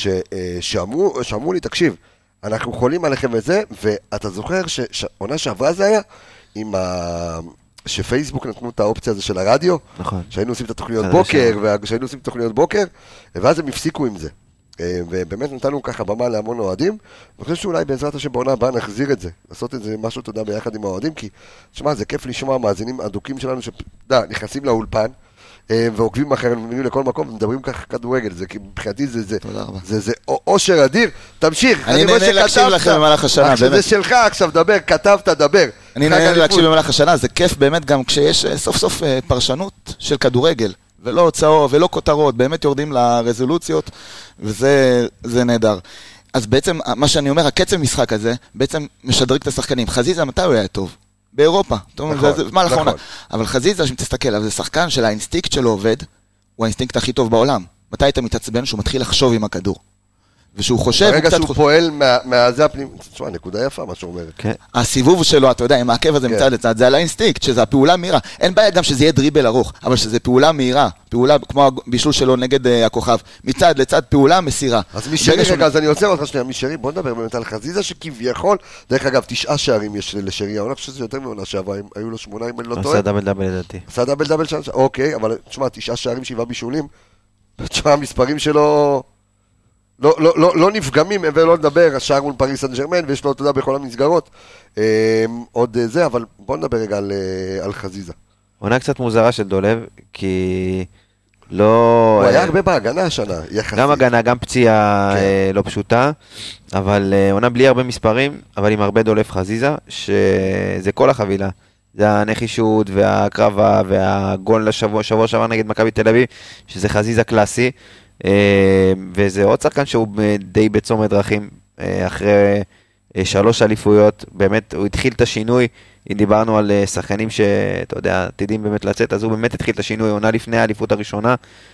שאמרו לי, תקשיב, אנחנו חולים עליכם וזה, ואתה זוכר שעונה שעברה זה היה, עם ה... שפייסבוק נתנו את האופציה הזו של הרדיו, נכון. שהיינו עושים את התוכניות בוקר, והיינו עושים את התוכניות בוקר, ואז הם הפסיקו עם זה. ובאמת נתנו ככה במה להמון אוהדים, ואני חושב שאולי בעזרת השם בעונה הבאה נחזיר את זה, לעשות את זה משהו תודה ביחד עם האוהדים, כי, תשמע, זה כיף לשמוע מאזינים הדוקים שלנו, שדה, נכנסים לאולפן, ועוקבים אחרים לכל מקום, ומדברים ככה כדורגל, זה כי מבחינתי זה זה, זה זה אושר אדיר, תמשיך, אני נהנה להקשיב לכם במהלך השנה, באמת. זה שלך עכשיו, דבר, כתבת, דבר. אני נהנה להקשיב במהלך השנה, זה כיף באמת גם כשיש סוף סוף פרשנות של כדורגל, ולא הוצאות ולא כותרות, באמת יורדים לרזולוציות, וזה נהדר. אז בעצם, מה שאני אומר, הקצב משחק הזה, בעצם משדרג את השחקנים. חזיזה, מתי הוא היה טוב? באירופה, מה לאחרונה, אבל חזיזה שמתסתכל עליו, זה שחקן של האינסטינקט שלו עובד, הוא האינסטינקט הכי טוב בעולם. מתי אתה מתעצבן? שהוא מתחיל לחשוב עם הכדור. ושהוא חושב... ברגע שהוא פועל מהזה הפנים... תשמע, נקודה יפה מה שהוא אומר. הסיבוב שלו, אתה יודע, עם העקב הזה מצד לצד, זה על האינסטינקט, שזה הפעולה מהירה. אין בעיה גם שזה יהיה דריבל ארוך, אבל שזה פעולה מהירה, פעולה כמו הבישול שלו נגד הכוכב, מצד לצד פעולה מסירה. אז משרי, רגע, אז אני עוצר אותך שנייה, משרי, בוא נדבר באמת על חזיזה שכביכול, דרך אגב, תשעה שערים יש לשרי, אני חושב שזה יותר מעונה שעבר, היו לו שמונה, אם אני לא טועה. עשה דאבל דאבל לדעתי. עשה דאבל דאבל שנה, אוקיי, אבל תשמע, תשעה שערים, שבעה בישולים. תשמע, המספרים שלו לא, לא, לא, לא נפגמים, ולא נדבר, השער מול פריס סן ז'רמן, ויש לו תודה בכל המסגרות. עוד זה, אבל בוא נדבר רגע על, על חזיזה. עונה קצת מוזרה של דולב, כי לא... הוא היה הרבה בהגנה השנה, יחסית. גם הגנה, גם פציעה לא פשוטה, אבל עונה בלי הרבה מספרים, אבל עם הרבה דולב חזיזה, שזה כל החבילה. זה הנחישות והקרבה והגול לשבוע, שבוע שעבר נגד מכבי תל אביב, שזה חזיזה קלאסי, וזה עוד שחקן שהוא די בצומת דרכים, אחרי שלוש אליפויות, באמת הוא התחיל את השינוי, אם דיברנו על שחקנים שאתה יודע, עתידים באמת לצאת, אז הוא באמת התחיל את השינוי, עונה לפני האליפות הראשונה,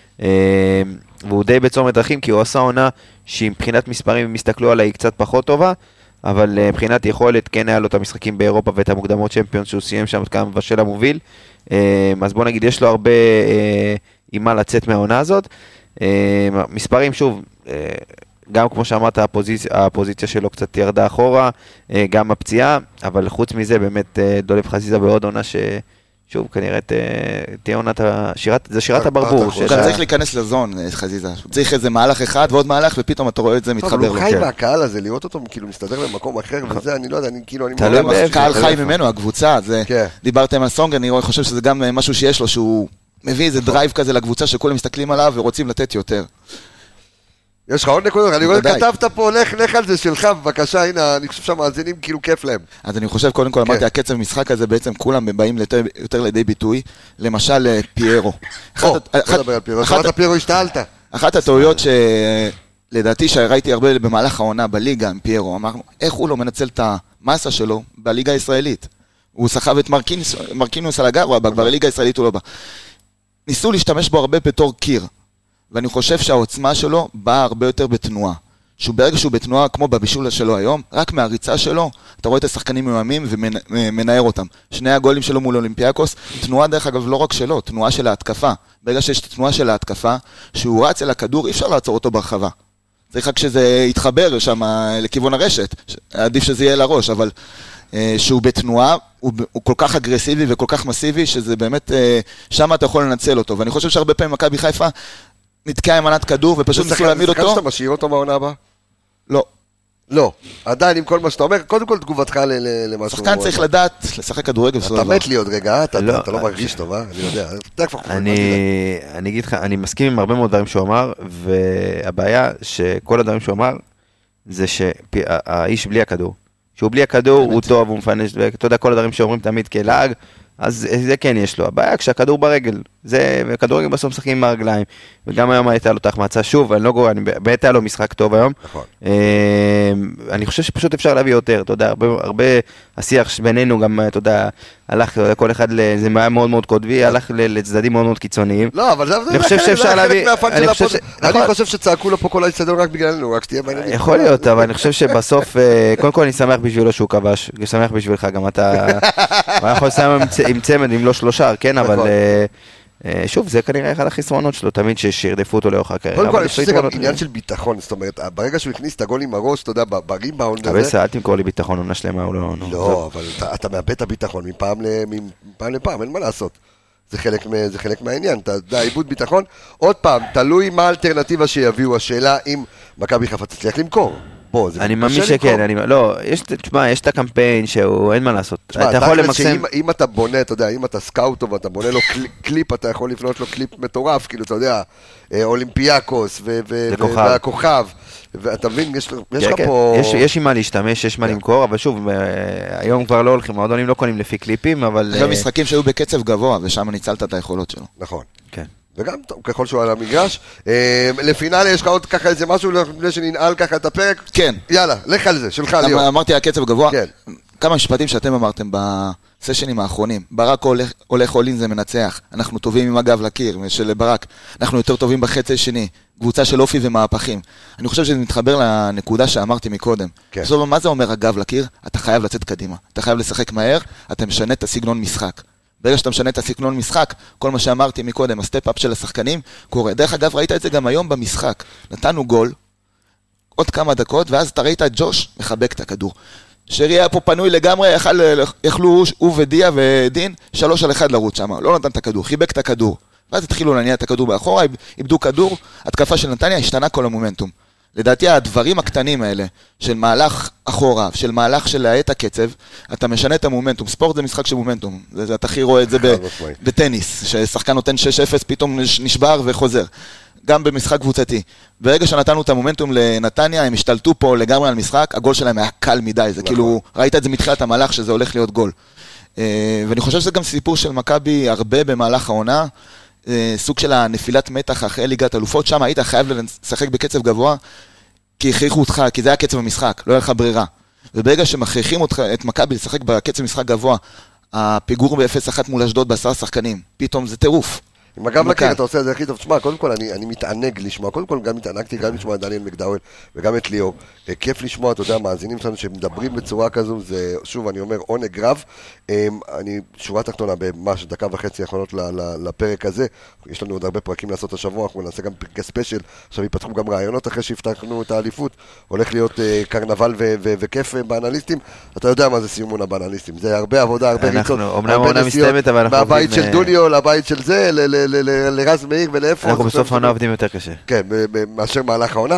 והוא די בצומת דרכים, כי הוא עשה עונה שהיא מבחינת מספרים, הם הסתכלו עליי קצת פחות טובה, אבל מבחינת יכולת, כן היה לו את המשחקים באירופה ואת המוקדמות צ'מפיונס, שהוא סיים שם כמה מבשל המוביל, אז בוא נגיד, יש לו הרבה עם מה לצאת מהעונה הזאת, מספרים שוב, גם כמו שאמרת, הפוזיציה, הפוזיציה שלו קצת ירדה אחורה, גם הפציעה, אבל חוץ מזה באמת דולב חזיזה בעוד עונה ש... שוב, כנראה תהיה עונת, זה שירת הברבור. הוא גם צריך להיכנס לזון, חזיזה. הוא צריך איזה מהלך אחד ועוד מהלך, ופתאום אתה רואה את זה מתחבר לו. הוא חי מהקהל הזה, לראות אותו כאילו מסתדר במקום אחר, וזה, אני לא יודע, אני כאילו... קהל חי ממנו, הקבוצה, דיברתם על סונג, אני חושב שזה גם משהו שיש לו, שהוא מביא איזה דרייב כזה לקבוצה, שכולם מסתכלים עליו ורוצים לתת יותר. יש לך עוד נקודות, אני רואה כתבת פה, לך על זה שלך, בבקשה, הנה, אני חושב שהמאזינים כאילו כיף להם. אז אני חושב, קודם כל אמרתי, הקצב משחק הזה בעצם כולם באים יותר לידי ביטוי, למשל פיירו. או, בוא נדבר על פיירו, אחת הפיירו השתעלת. אחת הטעויות שלדעתי שראיתי הרבה במהלך העונה בליגה עם פיירו, אמרנו, איך הוא לא מנצל את המסה שלו בליגה הישראלית? הוא סחב את מרקינוס על הגר, בליגה הישראלית הוא לא בא. ניסו להשתמש בו הרבה בתור קיר. ואני חושב שהעוצמה שלו באה הרבה יותר בתנועה. שהוא ברגע שהוא בתנועה כמו בבישול שלו היום, רק מהריצה שלו, אתה רואה את השחקנים מאוימים ומנער אותם. שני הגולים שלו מול אולימפיאקוס, תנועה דרך אגב לא רק שלו, תנועה של ההתקפה. ברגע שיש תנועה של ההתקפה, שהוא רץ אל הכדור, אי אפשר לעצור אותו ברחבה. צריך רק שזה יתחבר שם לכיוון הרשת, עדיף שזה יהיה לראש, אבל שהוא בתנועה, הוא, הוא כל כך אגרסיבי וכל כך מסיבי, שזה באמת, שם אתה יכול לנצל אותו. ואני חושב שהרבה פעמים מכבי חיפה נתקע עם מנת כדור ופשוט ניסו להעמיד אותו. זה שחקן שאתה משאיר אותו מהעונה הבאה? לא. לא. עדיין עם כל מה שאתה אומר, קודם כל תגובתך למשהו. שחקן צריך לדעת לשחק כדורגל. אתה מת לי עוד רגע, אתה לא מרגיש טוב, אה? אני יודע. אני אגיד לך, אני מסכים עם הרבה מאוד דברים שהוא אמר, והבעיה שכל הדברים שהוא אמר, זה שהאיש בלי הכדור. שהוא בלי הכדור, הוא טוב, הוא מפנש, ואתה יודע, כל הדברים שאומרים תמיד כלאג, אז זה כן יש לו. הבעיה כשהכדור ברגל, זה, וכדורגל בסוף משחקים עם הרגליים, וגם היום הייתה לו תחמצה שוב, אני לא גורם, אני באמת היה לו משחק טוב היום. נכון. אני חושב שפשוט אפשר להביא יותר, אתה יודע, הרבה, הרבה השיח בינינו גם, אתה יודע, הלך, כל אחד, זה היה מאוד מאוד קודבי, הלך לצדדים מאוד מאוד קיצוניים. לא, אבל זה אני חושב שאפשר להביא, אני חושב שצעקו לו פה כל האצטדיון רק בגללנו, רק שתהיה בעניינים. יכול להיות, אבל אני חושב שבסוף, קודם כל אני שמח בשבילו שהוא כבש, אני שמח בשבילך גם אתה, הוא יכול לסיים עם צמד, אם לא שלושה, כן, אבל שוב, זה כנראה אחד החסרונות שלו, תמיד שירדפו אותו לאורך הקריירה. קודם כל, אני חושב שזה גם עניין של ביטחון, זאת אומרת, ברגע שהוא הכניס את הגול עם הראש, אתה יודע, בריבאונד הזה... אבל אל תמכור לי ביטחון, עונה שלמה, הוא לא... לא, אבל אתה מאבד את הביטחון מפעם לפעם, אין מה לעשות. זה חלק מהעניין, אתה יודע, איבוד ביטחון. עוד פעם, תלוי מה האלטרנטיבה שיביאו, השאלה אם מכבי חיפה תצליח למכור. אני מאמין שכן, אני, לא, יש, תשמע, יש את הקמפיין שהוא, אין מה לעשות. תשמע, אתה יכול למקסם... אם אתה בונה, אתה יודע, אם אתה סקאוטו ואתה בונה לו קליפ, אתה יכול לבנות לו קליפ מטורף, כאילו, אתה יודע, אולימפיאקוס והכוכב, ואתה מבין, יש לך פה... יש עם מה להשתמש, יש מה למכור, אבל שוב, היום כבר לא הולכים, המועדונים לא קונים לפי קליפים, אבל... גם משחקים שהיו בקצב גבוה, ושם ניצלת את היכולות שלו. נכון. כן. וגם ככל שהוא על המגרש. לפינאלי, יש לך עוד ככה איזה משהו לפני שננעל ככה את הפרק? כן. יאללה, לך על זה, שלך ליאור. אמרתי הקצב גבוה. כן. כמה משפטים שאתם אמרתם בסשנים האחרונים. ברק הולך עולין זה מנצח. אנחנו טובים עם הגב לקיר של ברק. אנחנו יותר טובים בחצי שני. קבוצה של אופי ומהפכים. אני חושב שזה מתחבר לנקודה שאמרתי מקודם. כן. זאת אומרת, מה זה אומר הגב לקיר? אתה חייב לצאת קדימה. אתה חייב לשחק מהר, אתה משנה את הסגנון משחק. ברגע שאתה משנה את הסגנון משחק, כל מה שאמרתי מקודם, הסטפ-אפ של השחקנים, קורה. דרך אגב, ראית את זה גם היום במשחק. נתנו גול, עוד כמה דקות, ואז אתה ראית את ג'וש מחבק את הכדור. שרי היה פה פנוי לגמרי, יכל, יכלו הוא ודיה ודין, שלוש על אחד לרוץ שם, לא נתן את הכדור, חיבק את הכדור. ואז התחילו להניע את הכדור באחורה, איבדו כדור, התקפה של נתניה, השתנה כל המומנטום. לדעתי, הדברים הקטנים האלה, של מהלך אחורה, של מהלך של להאט הקצב, אתה משנה את המומנטום. ספורט זה משחק של מומנטום. זה, אתה הכי רואה את זה בטניס, ששחקן נותן שש אפס, פתאום נשבר וחוזר. גם במשחק קבוצתי. ברגע שנתנו את המומנטום לנתניה, הם השתלטו פה לגמרי על משחק, הגול שלהם היה קל מדי. זה כאילו, ראית את זה מתחילת המהלך, שזה הולך להיות גול. ואני חושב שזה גם סיפור של מכבי הרבה במהלך העונה, סוג של הנפילת מתח אחרי ליגת אלופות, שם היית חייב לשחק בקצב גבוה, כי הכריחו אותך, כי זה היה קצב המשחק, לא היה לך ברירה. וברגע שמכריחים אותך, את מכבי לשחק בקצב משחק גבוה, הפיגור ב-אפס אחת מול אשדוד בעשרה שחקנים, פתאום זה טירוף. עם הגב לקיר, אתה עושה את זה הכי טוב. תשמע, קודם כל אני, אני מתענג לשמוע, קודם כל גם מתענגתי גם לשמוע את דניאל מקדאוול וגם את ליאור. כיף לשמוע, אתה יודע, מאזינים שלנו שמדברים בצורה כזו, זה, שוב, אני אומר, עונג רב. אני, שורה תחתונה, ממש דקה וחצי האחרונות לפרק הזה. יש לנו עוד הרבה פרקים לעשות השבוע, אנחנו נעשה גם פרקי ספיישל, עכשיו ייפתחו גם רעיונות אחרי שהפתחנו את האליפות. הולך להיות קרנבל וכיף באנליסטים. אתה יודע מה זה סיומונה באנליסטים. זה הרבה עבודה, הרבה ריצות, הרבה נסיעות, מהבית של דוניו לבית של זה, לרז מאיר ולאיפה. אנחנו בסוף העונה עובדים יותר קשה. כן, מאשר מהלך העונה.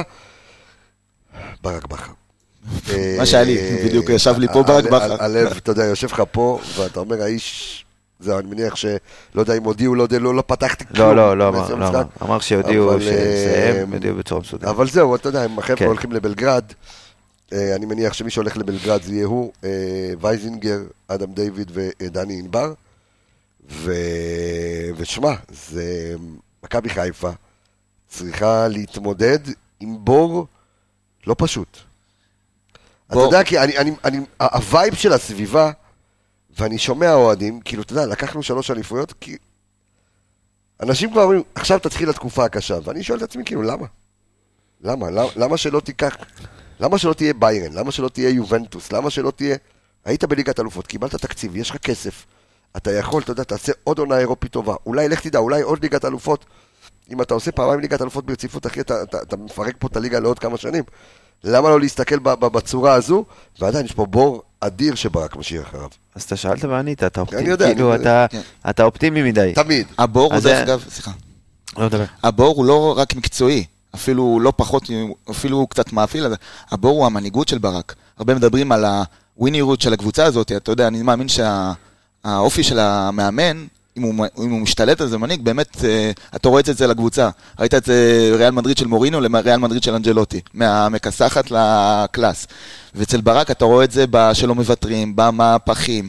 ברק בכר. מה שהיה לי, בדיוק ישב לי פה ברק בכר. הלב, אתה יודע, יושב לך פה, ואתה אומר, האיש, זה אני מניח שלא יודע אם הודיעו, לא יודע, לא פתחתי כלום. לא, לא, לא, אמר שהודיעו שהם הודיעו בצורה מסודרת. אבל זהו, אתה יודע, הם החבר'ה הולכים לבלגרד, אני מניח שמי שהולך לבלגרד זה יהיה הוא, וייזינגר, אדם דיוויד ודני ענבר. ו... ושמע, זה מכבי חיפה צריכה להתמודד עם בור לא פשוט. בור. אתה יודע, כי אני, אני, אני, הווייב של הסביבה, ואני שומע אוהדים, כאילו, אתה יודע, לקחנו שלוש אליפויות, כי אנשים כבר אומרים, עכשיו תתחיל התקופה הקשה, ואני שואל את עצמי, כאילו, למה? למה? למה שלא תיקח, למה שלא תהיה ביירן? למה שלא תהיה יובנטוס? למה שלא תהיה, היית בליגת אלופות, קיבלת תקציב, יש לך כסף, אתה יכול, אתה יודע, תעשה עוד עונה אירופית טובה, אולי לך תדע, אולי עוד ליגת אלופות, אם אתה עושה פעמיים ליגת אלופות ברציפות, אחי, אתה, אתה, אתה מפרק פה את הליגה לעוד כמה שנים, למה לא להסתכל בצורה הזו, ועדיין יש פה בור אדיר שברק משאיר אחריו. אז אתה שאלת וענית, אתה אופטימי, אני יודע, כאילו, אני יודע. אתה, אתה אופטימי מדי. תמיד. הבור הוא אז דרך זה- אגב, סליחה. לא מדבר. הבור הוא לא רק מקצועי, אפילו לא פחות, אפילו הוא קצת מאפיל, הבור הוא המנהיגות של ברק. הרבה מדברים על הווינירות של הקבוצה הזאת, אתה יודע, אני מאמין שהאופי של המאמן, אם הוא, אם הוא משתלט על זה מנהיג, באמת, אתה רואה את זה לקבוצה. ראית את זה ריאל מדריד של מורינו לריאל מדריד של אנג'לוטי, מהמקסחת לקלאס. ואצל ברק אתה רואה את זה שלא מוותרים, במהפכים,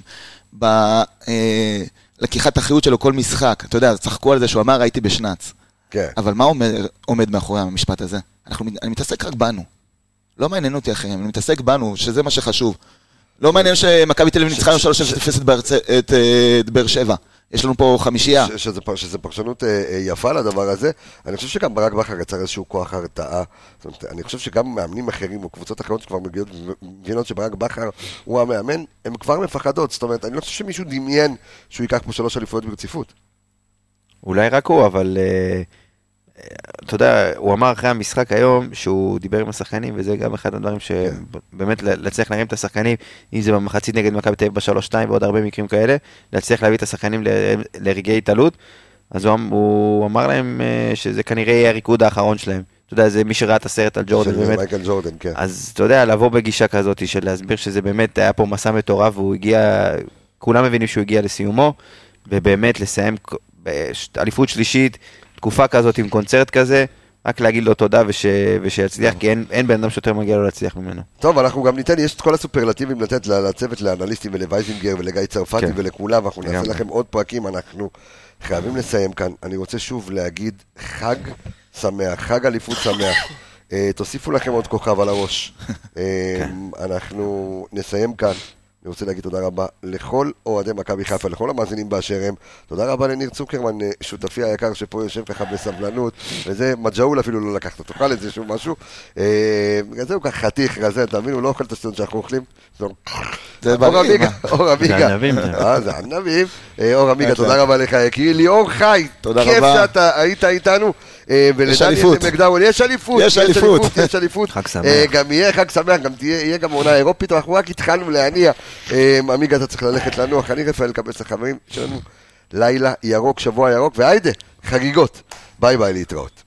בלקיחת אחריות שלו כל משחק. אתה יודע, צחקו על זה שהוא אמר, הייתי בשנץ. כן. אבל מה עומד, עומד מאחורי המשפט הזה? אנחנו, אני מתעסק רק בנו. לא מעניין אותי אחרים, אני מתעסק בנו, שזה מה שחשוב. לא מעניין שמכבי תל אביב ניצחה שלוש אפס את באר שבע. יש לנו פה חמישייה. שזה, שזה פרשנות יפה לדבר הזה. אני חושב שגם ברק בכר יצר איזשהו כוח הרתעה. זאת אומרת, אני חושב שגם מאמנים אחרים או קבוצות אחרות שכבר מגיעות ומבינות שברק בכר הוא המאמן, הם כבר מפחדות. זאת אומרת, אני לא חושב שמישהו דמיין שהוא ייקח פה שלוש אליפויות ברציפות. אולי רק הוא, אבל אתה יודע, הוא אמר אחרי המשחק היום שהוא דיבר עם השחקנים, וזה גם אחד הדברים שבאמת להצליח להרים את השחקנים, אם זה במחצית נגד מכבי תל אביב בשלוש שתיים ועוד הרבה מקרים כאלה, להצליח להביא את השחקנים לרגעי התעלות, אז הוא אמר להם שזה כנראה יהיה הריקוד האחרון שלהם. אתה יודע, זה מי שראה את הסרט על ג'ורדן, באמת. מייקל ג'ורדן, כן. אז אתה יודע, לבוא בגישה כזאת של להסביר שזה באמת היה פה מסע מטורף, והוא הגיע, כולם מבינים שהוא הגיע לסיומו, ובאמת לסיים אליפות שלישית, תקופה כזאת עם קונצרט כזה, רק להגיד לו תודה וש... ושיצליח, כי אין, אין בן אדם שיותר מגיע לו להצליח ממנו. טוב, אנחנו גם ניתן, יש את כל הסופרלטיבים לתת לצוות, לאנליסטים ולווייזינגר ולגיא צרפתי כן. ולכולם, ואנחנו נעשה גם. לכם עוד פרקים, אנחנו חייבים לסיים כאן. אני רוצה שוב להגיד חג שמח, חג אליפות שמח. תוסיפו לכם עוד כוכב על הראש. אנחנו נסיים כאן. אני רוצה להגיד תודה רבה לכל אוהדי מכבי חיפה, לכל המאזינים באשר הם. תודה רבה לניר צוקרמן, שותפי היקר שפה יושב ככה בסבלנות, וזה מג'אול אפילו לא לקחת, תאכל את זה שוב משהו. זהו ככה חתיך רזה, תאמין, הוא לא אוכל את הסטודנט שאנחנו אוכלים. זה בריא, אור עמיגה. זה ענבים. זה ענבים. אור עמיגה, תודה רבה לך, יקי. ליאור חי, כיף שאתה היית איתנו. יש אליפות. יש אליפות. יש אליפות. יש אליפות. חג שמח. גם יהיה חג שמח, גם יהיה גם עונה אירופית, אנחנו רק התחלנו להניע. עמיגה, אתה צריך ללכת לנוח, אני רפאל קבץ החברים שלנו. לילה ירוק, שבוע ירוק, והיידה, חגיגות. ביי ביי, להתראות.